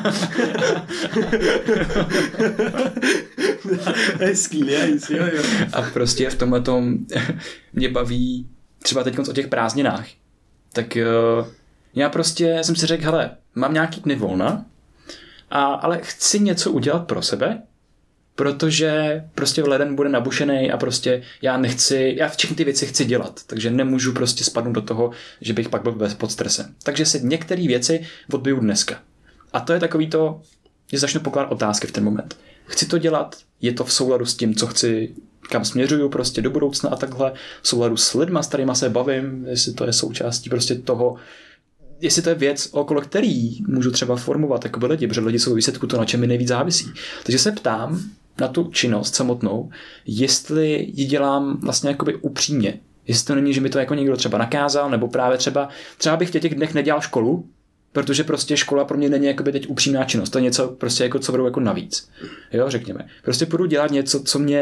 Hezký, nice, jo, jo. A prostě v tomhletom mě baví třeba teď o těch prázdninách. Tak já prostě jsem si řekl, hele, mám nějaký dny volna, a, ale chci něco udělat pro sebe, protože prostě leden bude nabušený a prostě já nechci, já všechny ty věci chci dělat, takže nemůžu prostě spadnout do toho, že bych pak byl pod stresem. Takže si některé věci odbiju dneska. A to je takový to, že začnu pokládat otázky v ten moment. Chci to dělat, je to v souladu s tím, co chci, kam směřuju prostě do budoucna a takhle, v souladu s lidma, s kterýma se bavím, jestli to je součástí prostě toho, jestli to je věc, okolo který můžu třeba formovat jakoby lidi, protože lidi jsou výsledku to, na čem mi nejvíc závisí. Takže se ptám na tu činnost samotnou, jestli ji dělám vlastně jakoby upřímně. Jestli to není, že mi to jako někdo třeba nakázal, nebo právě třeba, třeba bych v těch dnech nedělal školu, protože prostě škola pro mě není jakoby teď upřímná činnost. To je něco prostě jako, co budou jako navíc. Jo, řekněme. Prostě půjdu dělat něco, co mě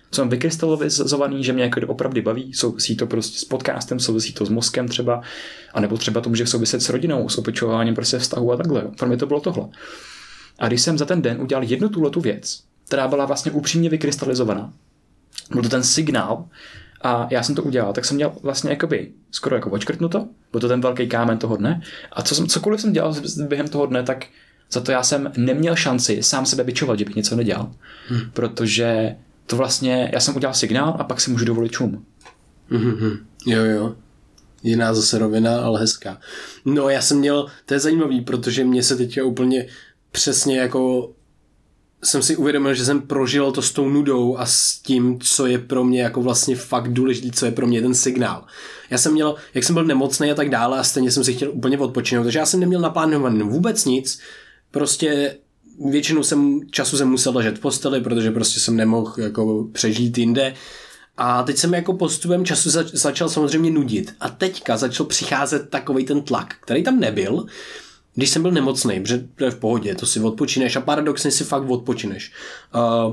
jsem vykrystalizovaný, že mě jako opravdu baví, souvisí to prostě s podcastem, souvisí to s mozkem třeba, anebo třeba to může souviset s rodinou, s opečováním prostě vztahu a takhle. Pro mě to bylo tohle. A když jsem za ten den udělal jednu tuhletu věc, která byla vlastně upřímně vykrystalizovaná, byl to ten signál, a já jsem to udělal, tak jsem měl vlastně jakoby skoro jako očkrtnuto, byl to ten velký kámen toho dne. A co jsem, cokoliv jsem dělal během toho dne, tak za to já jsem neměl šanci sám sebe bičovat, že bych něco nedělal. Hmm. Protože to vlastně, já jsem udělal signál a pak si můžu dovolit čum. Mm-hmm. Jo, jo. Jiná zase rovina, ale hezká. No já jsem měl, to je zajímavý, protože mě se teďka úplně přesně jako jsem si uvědomil, že jsem prožil to s tou nudou a s tím, co je pro mě jako vlastně fakt důležitý, co je pro mě ten signál. Já jsem měl, jak jsem byl nemocný a tak dále a stejně jsem si chtěl úplně odpočinout, takže já jsem neměl naplánovaný vůbec nic, prostě většinu jsem, času jsem musel ležet v posteli, protože prostě jsem nemohl jako přežít jinde. A teď jsem jako postupem času zač- začal samozřejmě nudit. A teďka začal přicházet takovej ten tlak, který tam nebyl, když jsem byl nemocnej, protože to je v pohodě, to si odpočineš a paradoxně si fakt odpočineš. Uh,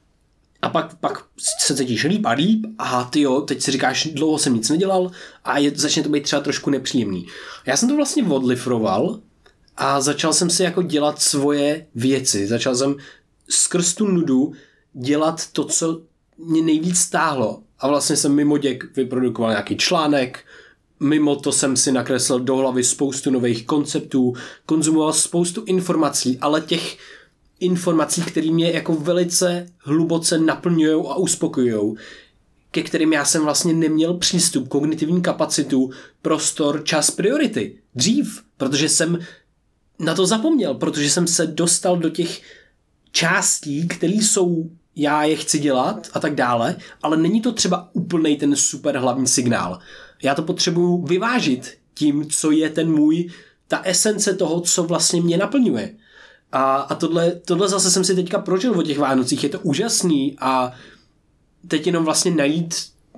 a pak, pak se cítíš líp a líp a ty jo, teď si říkáš, dlouho jsem nic nedělal a je, začne to být třeba trošku nepříjemný. Já jsem to vlastně odlifroval a začal jsem si jako dělat svoje věci. Začal jsem skrz tu nudu dělat to, co mě nejvíc stáhlo. A vlastně jsem mimo děk vyprodukoval nějaký článek, mimo to jsem si nakreslil do hlavy spoustu nových konceptů, konzumoval spoustu informací, ale těch informací, které mě jako velice hluboce naplňují a uspokojují, ke kterým já jsem vlastně neměl přístup, kognitivní kapacitu, prostor, čas, priority. Dřív, protože jsem na to zapomněl, protože jsem se dostal do těch částí, které jsou, já je chci dělat a tak dále, ale není to třeba úplnej ten super hlavní signál. Já to potřebuju vyvážit tím, co je ten můj, ta esence toho, co vlastně mě naplňuje. A, a tohle, tohle zase jsem si teďka prožil o těch Vánocích, je to úžasný a teď jenom vlastně najít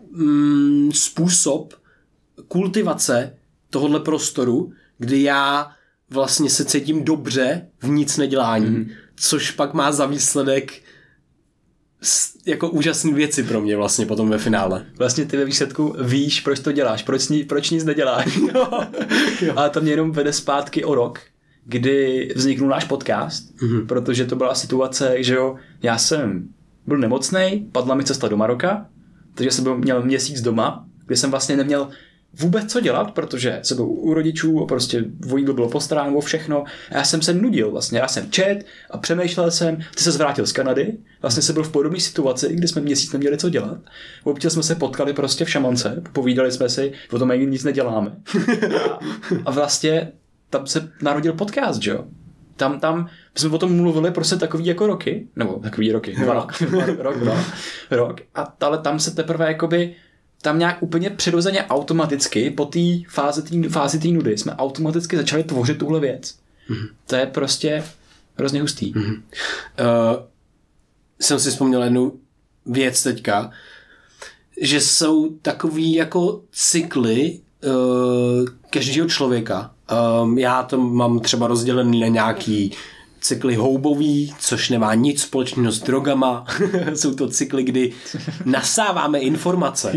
mm, způsob kultivace tohohle prostoru, kdy já vlastně se cítím dobře v nic nedělání, mm. což pak má za výsledek jako úžasné věci pro mě vlastně potom ve finále. Vlastně ty ve výsledku víš, proč to děláš, proč, ni, proč nic neděláš. A to mě jenom vede zpátky o rok, kdy vzniknul náš podcast, mm-hmm. protože to byla situace, že jo, já jsem byl nemocnej, padla mi cesta do Maroka, takže jsem byl, měl měsíc doma, kde jsem vlastně neměl vůbec co dělat, protože jsem byl u rodičů a prostě o jídlo bylo postaráno, o všechno a já jsem se nudil vlastně, já jsem čet a přemýšlel jsem, ty se zvrátil z Kanady, vlastně jsem byl v podobné situaci, kdy jsme měsíc neměli co dělat. Občas jsme se potkali prostě v Šamance, povídali jsme si, o tom jak nic neděláme. A, a vlastně tam se narodil podcast, že jo? Tam, tam jsme o tom mluvili prostě takový jako roky, nebo takový roky, dva, rok, rok, dva, rok. A ale tam se teprve jakoby tam nějak úplně přirozeně automaticky po té fázi fázi té nudy jsme automaticky začali tvořit tuhle věc. Mm-hmm. To je prostě hrozně hustý. Mm-hmm. Uh, jsem si vzpomněl jednu věc teďka, že jsou takový jako cykly uh, každého člověka. Um, já to mám třeba rozdělený na nějaký cykly houbový, což nemá nic společného s drogama. Jsou to cykly, kdy nasáváme informace.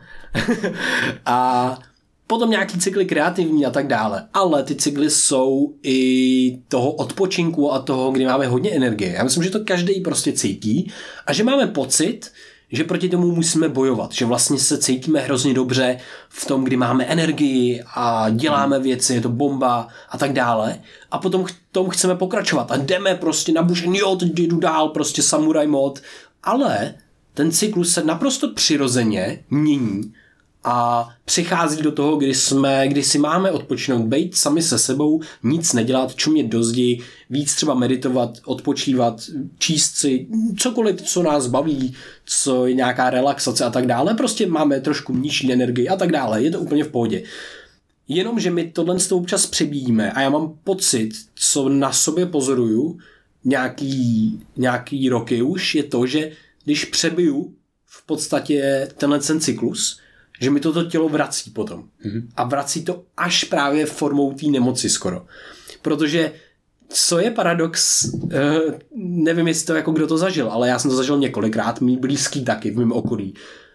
A potom nějaký cykly kreativní a tak dále. Ale ty cykly jsou i toho odpočinku a toho, kdy máme hodně energie. Já myslím, že to každý prostě cítí a že máme pocit, že proti tomu musíme bojovat, že vlastně se cítíme hrozně dobře v tom, kdy máme energii a děláme věci, je to bomba a tak dále a potom v tom chceme pokračovat a jdeme prostě nabušený, jo, teď jdu dál, prostě samuraj mod, ale ten cyklus se naprosto přirozeně mění a přichází do toho, kdy jsme, kdy si máme odpočinout, být sami se sebou, nic nedělat, čumět do zdi, víc třeba meditovat, odpočívat, číst si cokoliv, co nás baví, co je nějaká relaxace a tak dále, prostě máme trošku nižší energii a tak dále, je to úplně v pohodě. Jenom, že my tohle s tou občas přebíjíme a já mám pocit, co na sobě pozoruju nějaký, nějaký roky už, je to, že když přebiju v podstatě tenhle ten cyklus, že mi toto tělo vrací potom. Mm-hmm. A vrací to až právě formou té nemoci skoro. Protože co je paradox, uh, nevím, jestli to jako kdo to zažil, ale já jsem to zažil několikrát, mý blízký taky v mém okolí.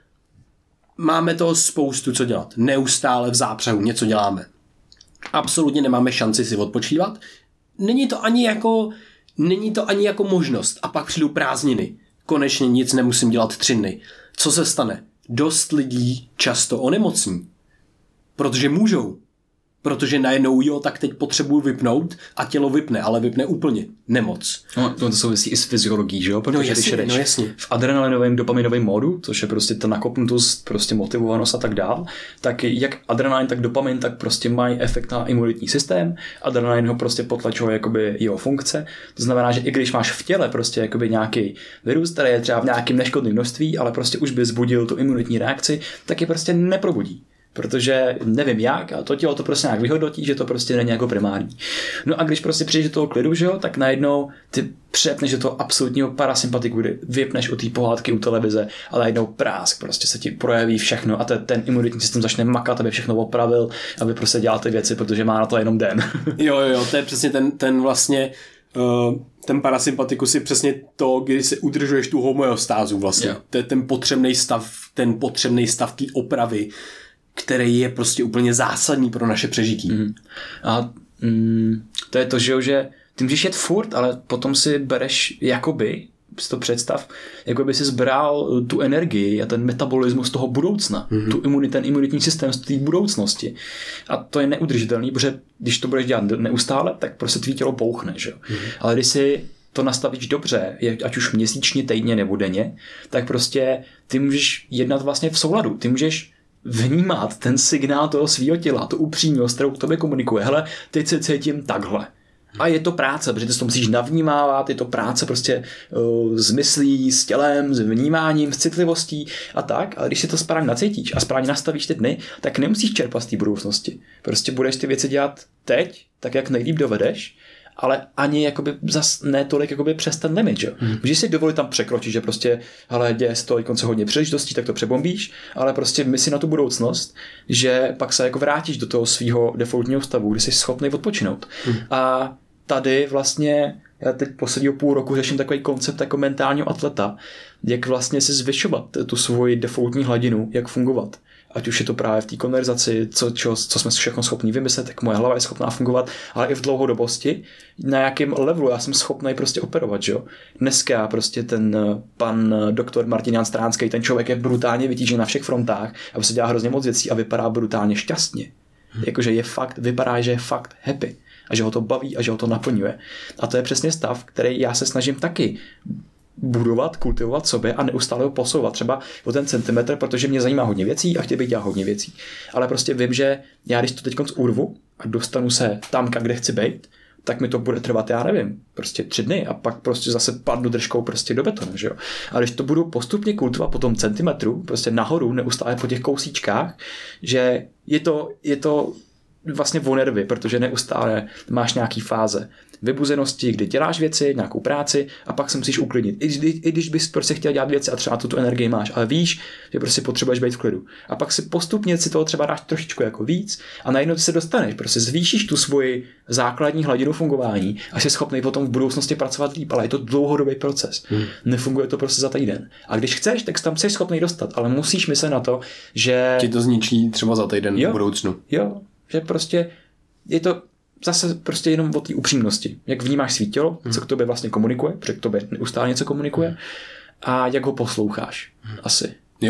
Máme toho spoustu co dělat. Neustále v zápřehu něco děláme. Absolutně nemáme šanci si odpočívat. Není to ani jako, není to ani jako možnost. A pak přijdou prázdniny. Konečně nic nemusím dělat tři dny. Co se stane? Dost lidí často onemocní. Protože můžou. Protože najednou jo, tak teď potřebuji vypnout a tělo vypne, ale vypne úplně. Nemoc. No, to souvisí i s fyziologií, že jo? Protože no jasně, když jedeš no jasně. v adrenalinovém dopaminovém módu, což je prostě ta nakopnutost, prostě motivovanost a tak dál, tak jak adrenalin, tak dopamin, tak prostě mají efekt na imunitní systém. Adrenalin ho prostě potlačuje jakoby jeho funkce. To znamená, že i když máš v těle prostě jakoby nějaký virus, který je třeba v nějakém neškodném množství, ale prostě už by zbudil tu imunitní reakci, tak je prostě neprobudí. Protože nevím jak, a to tělo to prostě nějak vyhodnotí, že to prostě není jako primární. No a když prostě přijdeš do toho klidu, že jo, tak najednou ty přepneš do toho absolutního parasympatiku, kdy vypneš u té pohádky u televize, ale najednou prásk, prostě se ti projeví všechno a ten, ten imunitní systém začne makat, aby všechno opravil, aby prostě dělal ty věci, protože má na to jenom den. jo, jo, jo, to je přesně ten, ten vlastně uh, ten parasympatikus je přesně to, kdy si udržuješ tu homeostázu vlastně. Yeah. To je ten potřebný stav, ten potřebný stav té opravy, který je prostě úplně zásadní pro naše přežití. Mm. A mm, to je to, že, že ty můžeš jet furt, ale potom si bereš jakoby, si to představ, jako by si zbral tu energii a ten metabolismus toho budoucna, mm. tu imunit, ten imunitní systém z té budoucnosti. A to je neudržitelný, protože když to budeš dělat neustále, tak prostě tvý tělo bouchne. Že? Mm. Ale když si to nastavíš dobře, ať už měsíčně, týdně nebo denně, tak prostě ty můžeš jednat vlastně v souladu. Ty můžeš vnímat ten signál toho svého těla, tu upřímnost, kterou k tobě komunikuje. Hele, teď se cítím takhle. A je to práce, protože ty to musíš navnímávat, je to práce prostě uh, s myslí, s tělem, s vnímáním, s citlivostí a tak. A když si to správně nacítíš a správně nastavíš ty dny, tak nemusíš čerpat z té budoucnosti. Prostě budeš ty věci dělat teď, tak jak nejlíp dovedeš, ale ani jakoby zas ne tolik jakoby přes ten limit, že? Hmm. Můžeš si dovolit tam překročit, že prostě, hele, děje se to konce hodně příležitostí, tak to přebombíš, ale prostě myslí na tu budoucnost, že pak se jako vrátíš do toho svého defaultního stavu, kdy jsi schopný odpočinout. Hmm. A tady vlastně, já teď posledního půl roku řeším takový koncept jako mentálního atleta, jak vlastně si zvyšovat tu svoji defaultní hladinu, jak fungovat. Ať už je to právě v té konverzaci, co, čo, co jsme všechno schopni vymyslet, jak moje hlava je schopná fungovat, ale i v dlouhodobosti, na jakém levelu já jsem schopný prostě operovat, že jo. Dneska prostě ten pan doktor Martin Jan Stránský, ten člověk je brutálně vytížený na všech frontách a se dělá hrozně moc věcí a vypadá brutálně šťastně. Hmm. Jakože je fakt, vypadá, že je fakt happy a že ho to baví a že ho to naplňuje. A to je přesně stav, který já se snažím taky budovat, kultivovat sobě a neustále ho posouvat třeba o ten centimetr, protože mě zajímá hodně věcí a chtěl bych dělat hodně věcí. Ale prostě vím, že já když to teď urvu a dostanu se tam, kde chci být, tak mi to bude trvat, já nevím, prostě tři dny a pak prostě zase padnu držkou prostě do betonu, že jo. A když to budu postupně kultivovat po tom centimetru, prostě nahoru, neustále po těch kousíčkách, že je to, je to vlastně o nervy, protože neustále máš nějaký fáze vybuzenosti, kdy děláš věci, nějakou práci a pak se musíš uklidnit. I, i, i když bys prostě chtěl dělat věci a třeba tu, tu energii máš, ale víš, že prostě potřebuješ být v klidu. A pak si postupně si toho třeba dáš trošičku jako víc a najednou se dostaneš, prostě zvýšíš tu svoji základní hladinu fungování a jsi schopný potom v budoucnosti pracovat líp, ale je to dlouhodobý proces. Hmm. Nefunguje to prostě za týden. A když chceš, tak tam jsi schopný dostat, ale musíš myslet na to, že ti to zničí třeba za týden v budoucnu. Jo, že prostě je to zase prostě jenom o té upřímnosti. Jak vnímáš svý tělo, hmm. co k tobě vlastně komunikuje, protože k tobě neustále něco komunikuje hmm. a jak ho posloucháš. Hmm. Asi. Jo.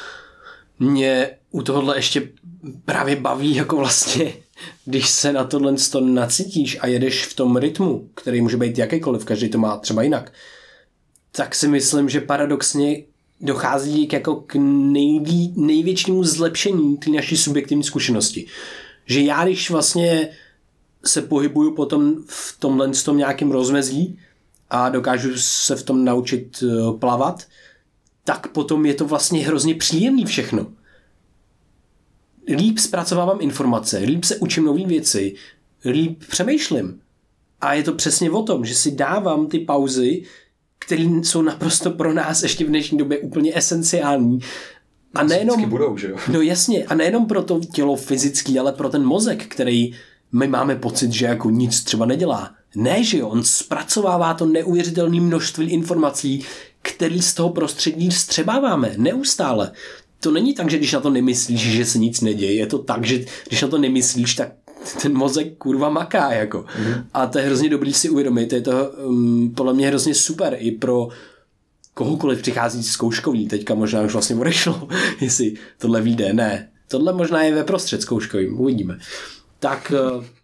Mě u tohohle ještě právě baví jako vlastně, když se na tohle nacítíš a jedeš v tom rytmu, který může být jakýkoliv, každý to má třeba jinak, tak si myslím, že paradoxně dochází k, jako k nejví, největšímu zlepšení té naší subjektivní zkušenosti. Že já, když vlastně se pohybuju potom v tomhle tom nějakém rozmezí a dokážu se v tom naučit plavat, tak potom je to vlastně hrozně příjemný všechno. Líp zpracovávám informace, líp se učím nový věci, líp přemýšlím. A je to přesně o tom, že si dávám ty pauzy, které jsou naprosto pro nás ještě v dnešní době úplně esenciální. A nejenom, budou, že jo? No jasně, a nejenom pro to tělo fyzický, ale pro ten mozek, který my máme pocit, že jako nic třeba nedělá. Ne, že jo, on zpracovává to neuvěřitelné množství informací, který z toho prostředí střebáváme neustále. To není tak, že když na to nemyslíš, že se nic neděje, je to tak, že když na to nemyslíš, tak ten mozek kurva maká, jako. Mm. A to je hrozně dobrý si uvědomit, je to um, podle mě hrozně super i pro kohokoliv přichází z zkouškový, teďka možná už vlastně odešlo, jestli tohle vyjde, ne. Tohle možná je ve prostřed zkouškovým, uvidíme. Tak...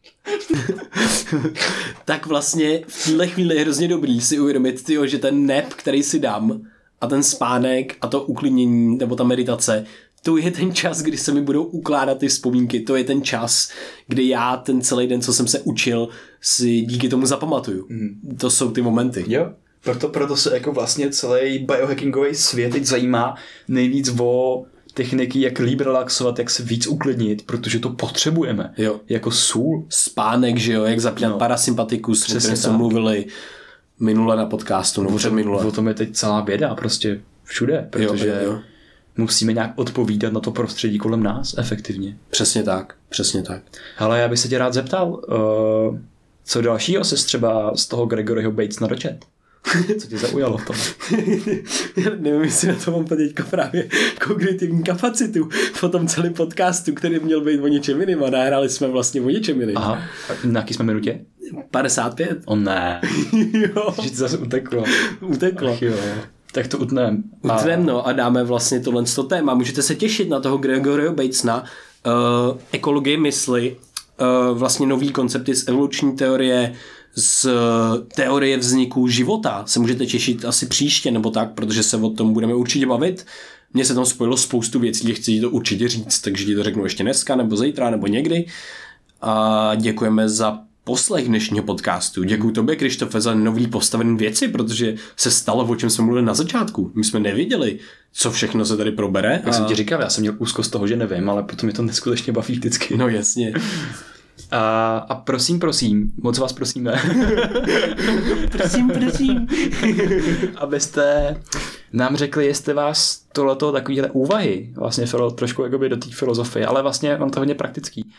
tak vlastně v téhle chvíli je hrozně dobrý si uvědomit, tyjo, že ten nap, který si dám a ten spánek a to uklidnění nebo ta meditace, to je ten čas, kdy se mi budou ukládat ty vzpomínky, to je ten čas, kdy já ten celý den, co jsem se učil, si díky tomu zapamatuju. Mm. To jsou ty momenty. Jo, proto, proto se jako vlastně celý biohackingový svět teď zajímá nejvíc o techniky, jak líp relaxovat, jak se víc uklidnit, protože to potřebujeme. Jo. Jako sůl. Spánek, že jo, jak zapínat no. parasympatikus, o kterém jsme mluvili minule na podcastu, nebo před minule. O tom je teď celá běda, prostě všude, protože jo, jo. musíme nějak odpovídat na to prostředí kolem nás efektivně. Přesně tak, přesně tak. Ale já bych se tě rád zeptal, uh, co dalšího se třeba z toho Gregoryho Batesona dočet? Co tě zaujalo v tom? Já nevím, jestli na to mám teďka právě kognitivní kapacitu po tom celém podcastu, který měl být o něčem jiným a nahráli jsme vlastně o něčem jiným. Aha, a na jaký jsme minutě? padesát pět. O ne. Jo. Že to zase uteklo. Uteklo. Ach jo. Tak to utnem. Utnem, no a dáme vlastně tohle téma. Můžete se těšit na toho Gregoryho Batesona, uh, ekologie mysli, uh, vlastně nový koncepty z evoluční teorie, z teorie vzniku života se můžete těšit asi příště nebo tak, protože se o tom budeme určitě bavit. Mně se tam spojilo spoustu věcí, chci ti to určitě říct, takže ti to řeknu ještě dneska, nebo zítra, nebo někdy. A děkujeme za poslech dnešního podcastu. Děkuju tobě, Krištofe, za nový postavený věci, protože se stalo, o čem jsme mluvili na začátku. My jsme nevěděli, co všechno se tady probere. Jak a... jsem ti říkal, já jsem měl úzkost toho, že nevím, ale potom mě to neskutečně baví vždycky. No jasně. A, a prosím, prosím, moc vás prosíme. prosím, prosím. Abyste nám řekli, jestli vás tohleto takovýhle úvahy, vlastně filo, trošku jakoby do té filozofie, ale vlastně mám to hodně praktický.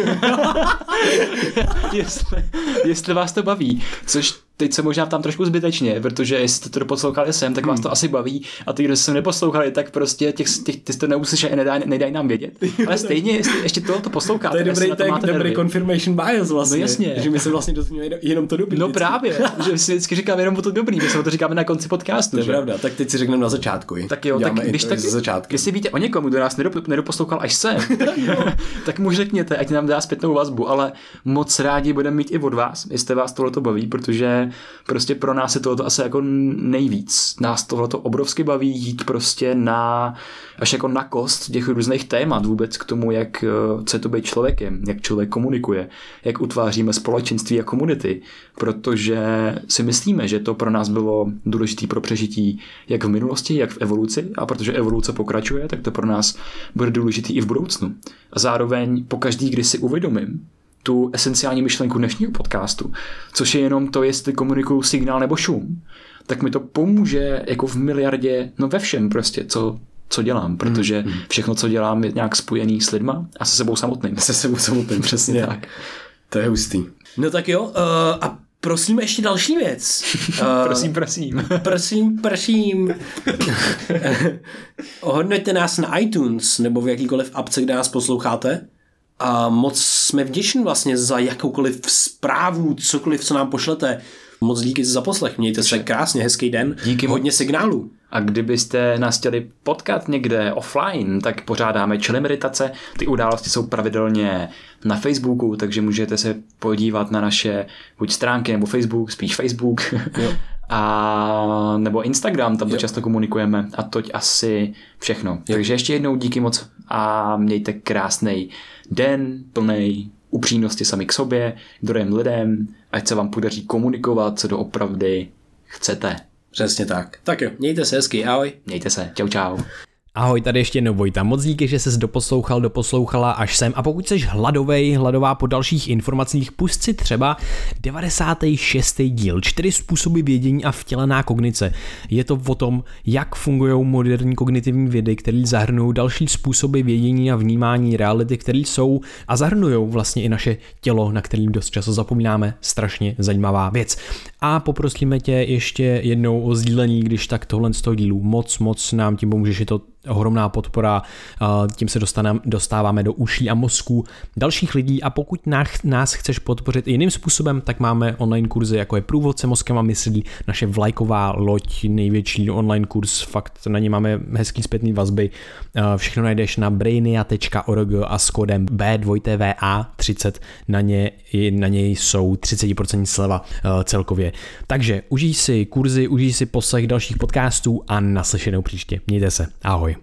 jestli, jestli vás to baví, což teď se možná tam trošku zbytečně, protože jestli jste to doposlouchali sem, tak vás to asi baví a ty, kdo se neposlouchali, tak prostě těch, těch, ty to neuslyšeli a nedají, nedají nám vědět. Ale stejně, jestli ještě tohleto posloucháte, to je dobrý, to máte dobrý confirmation bias vlastně. No jasně. Že my se vlastně dozvíme jenom to dobrý. No vždycky. Právě, že si vždycky říkáme jenom to dobrý, my se to říkáme na konci podcastu. To je že? pravda, tak teď si řekneme na začátku. Tak jo, tak když tak, jestli víte o někom, kdo nás nedoposlouchal až sem, tak, tak mu řekněte, ať nám dá zpětnou vazbu, ale moc rádi budeme mít i od vás, jestli vás tohleto baví, protože prostě pro nás je tohleto asi jako nejvíc. Nás tohleto obrovsky baví jít prostě na, až jako na kost těch různých témat vůbec k tomu, jak co je to být člověkem, jak člověk komunikuje, jak utváříme společenství a komunity, protože si myslíme, že to pro nás bylo důležité pro přežití jak v minulosti, jak v evoluci, a protože evoluce pokračuje, tak to pro nás bude důležitý i v budoucnu. A zároveň pokaždý, kdy si uvědomím tu esenciální myšlenku dnešního podcastu, což je jenom to, jestli komunikuju signál nebo šum, tak mi to pomůže jako v miliardě, no ve všem prostě, co, co dělám, protože všechno, co dělám, je nějak spojený s lidma a se sebou samotným. Se sebou samotným, přesně tak. To je hustý. No tak jo, uh, a prosím ještě další věc. Uh, prosím, prosím. prosím, prosím. Ohodnoťte nás na iTunes nebo v jakýkoliv apce, kde nás posloucháte. A moc jsme vděční vlastně za jakoukoliv zprávu, cokoliv, co nám pošlete. Moc díky za poslech, mějte se krásně, hezký den, díky hodně signálů. A kdybyste nás chtěli potkat někde offline, tak pořádáme chili meditace. Ty události jsou pravidelně na Facebooku, takže můžete se podívat na naše buď stránky nebo Facebook, spíš Facebook. Jo. A nebo Instagram, tam to jo. často komunikujeme a toť asi všechno. Jo. Takže ještě jednou díky moc a mějte krásný den, plný upřímnosti sami k sobě, k druhým lidem, ať se vám podaří komunikovat, co doopravdy chcete. Přesně tak. Tak jo, mějte se hezky, ahoj. Mějte se, čau čau. Ahoj, tady ještě jednou Vojta. Moc díky, že ses doposlouchal, doposlouchala až sem. A pokud jsi hladovej, hladová po dalších informacích, pust si třeba devadesátý šestý díl. Čtyři způsoby vědění a vtělená kognice. Je to o tom, jak fungují moderní kognitivní vědy, které zahrnují další způsoby vědění a vnímání reality, které jsou a zahrnují vlastně i naše tělo, na kterým dost často zapomínáme. Strašně zajímavá věc. A poprosíme tě ještě jednou o sdílení, když tak tohle z toho dílu. Moc, moc nám tím pomůžeš, je to ohromná podpora, tím se dostáváme do uší a mozku dalších lidí a pokud nás chceš podpořit jiným způsobem, tak máme online kurzy, jako je Průvodce mozkem a myslí, naše vlajková loď, největší online kurz, fakt na ně máme hezký zpětný vazby, všechno najdeš na brainia tečka org a s kódem B dva V A třicet na ně, na něj jsou třicet procent sleva celkově. Takže užij si kurzy, užij si poslech dalších podcastů a naslyšenou příště. Mějte se. Ahoj.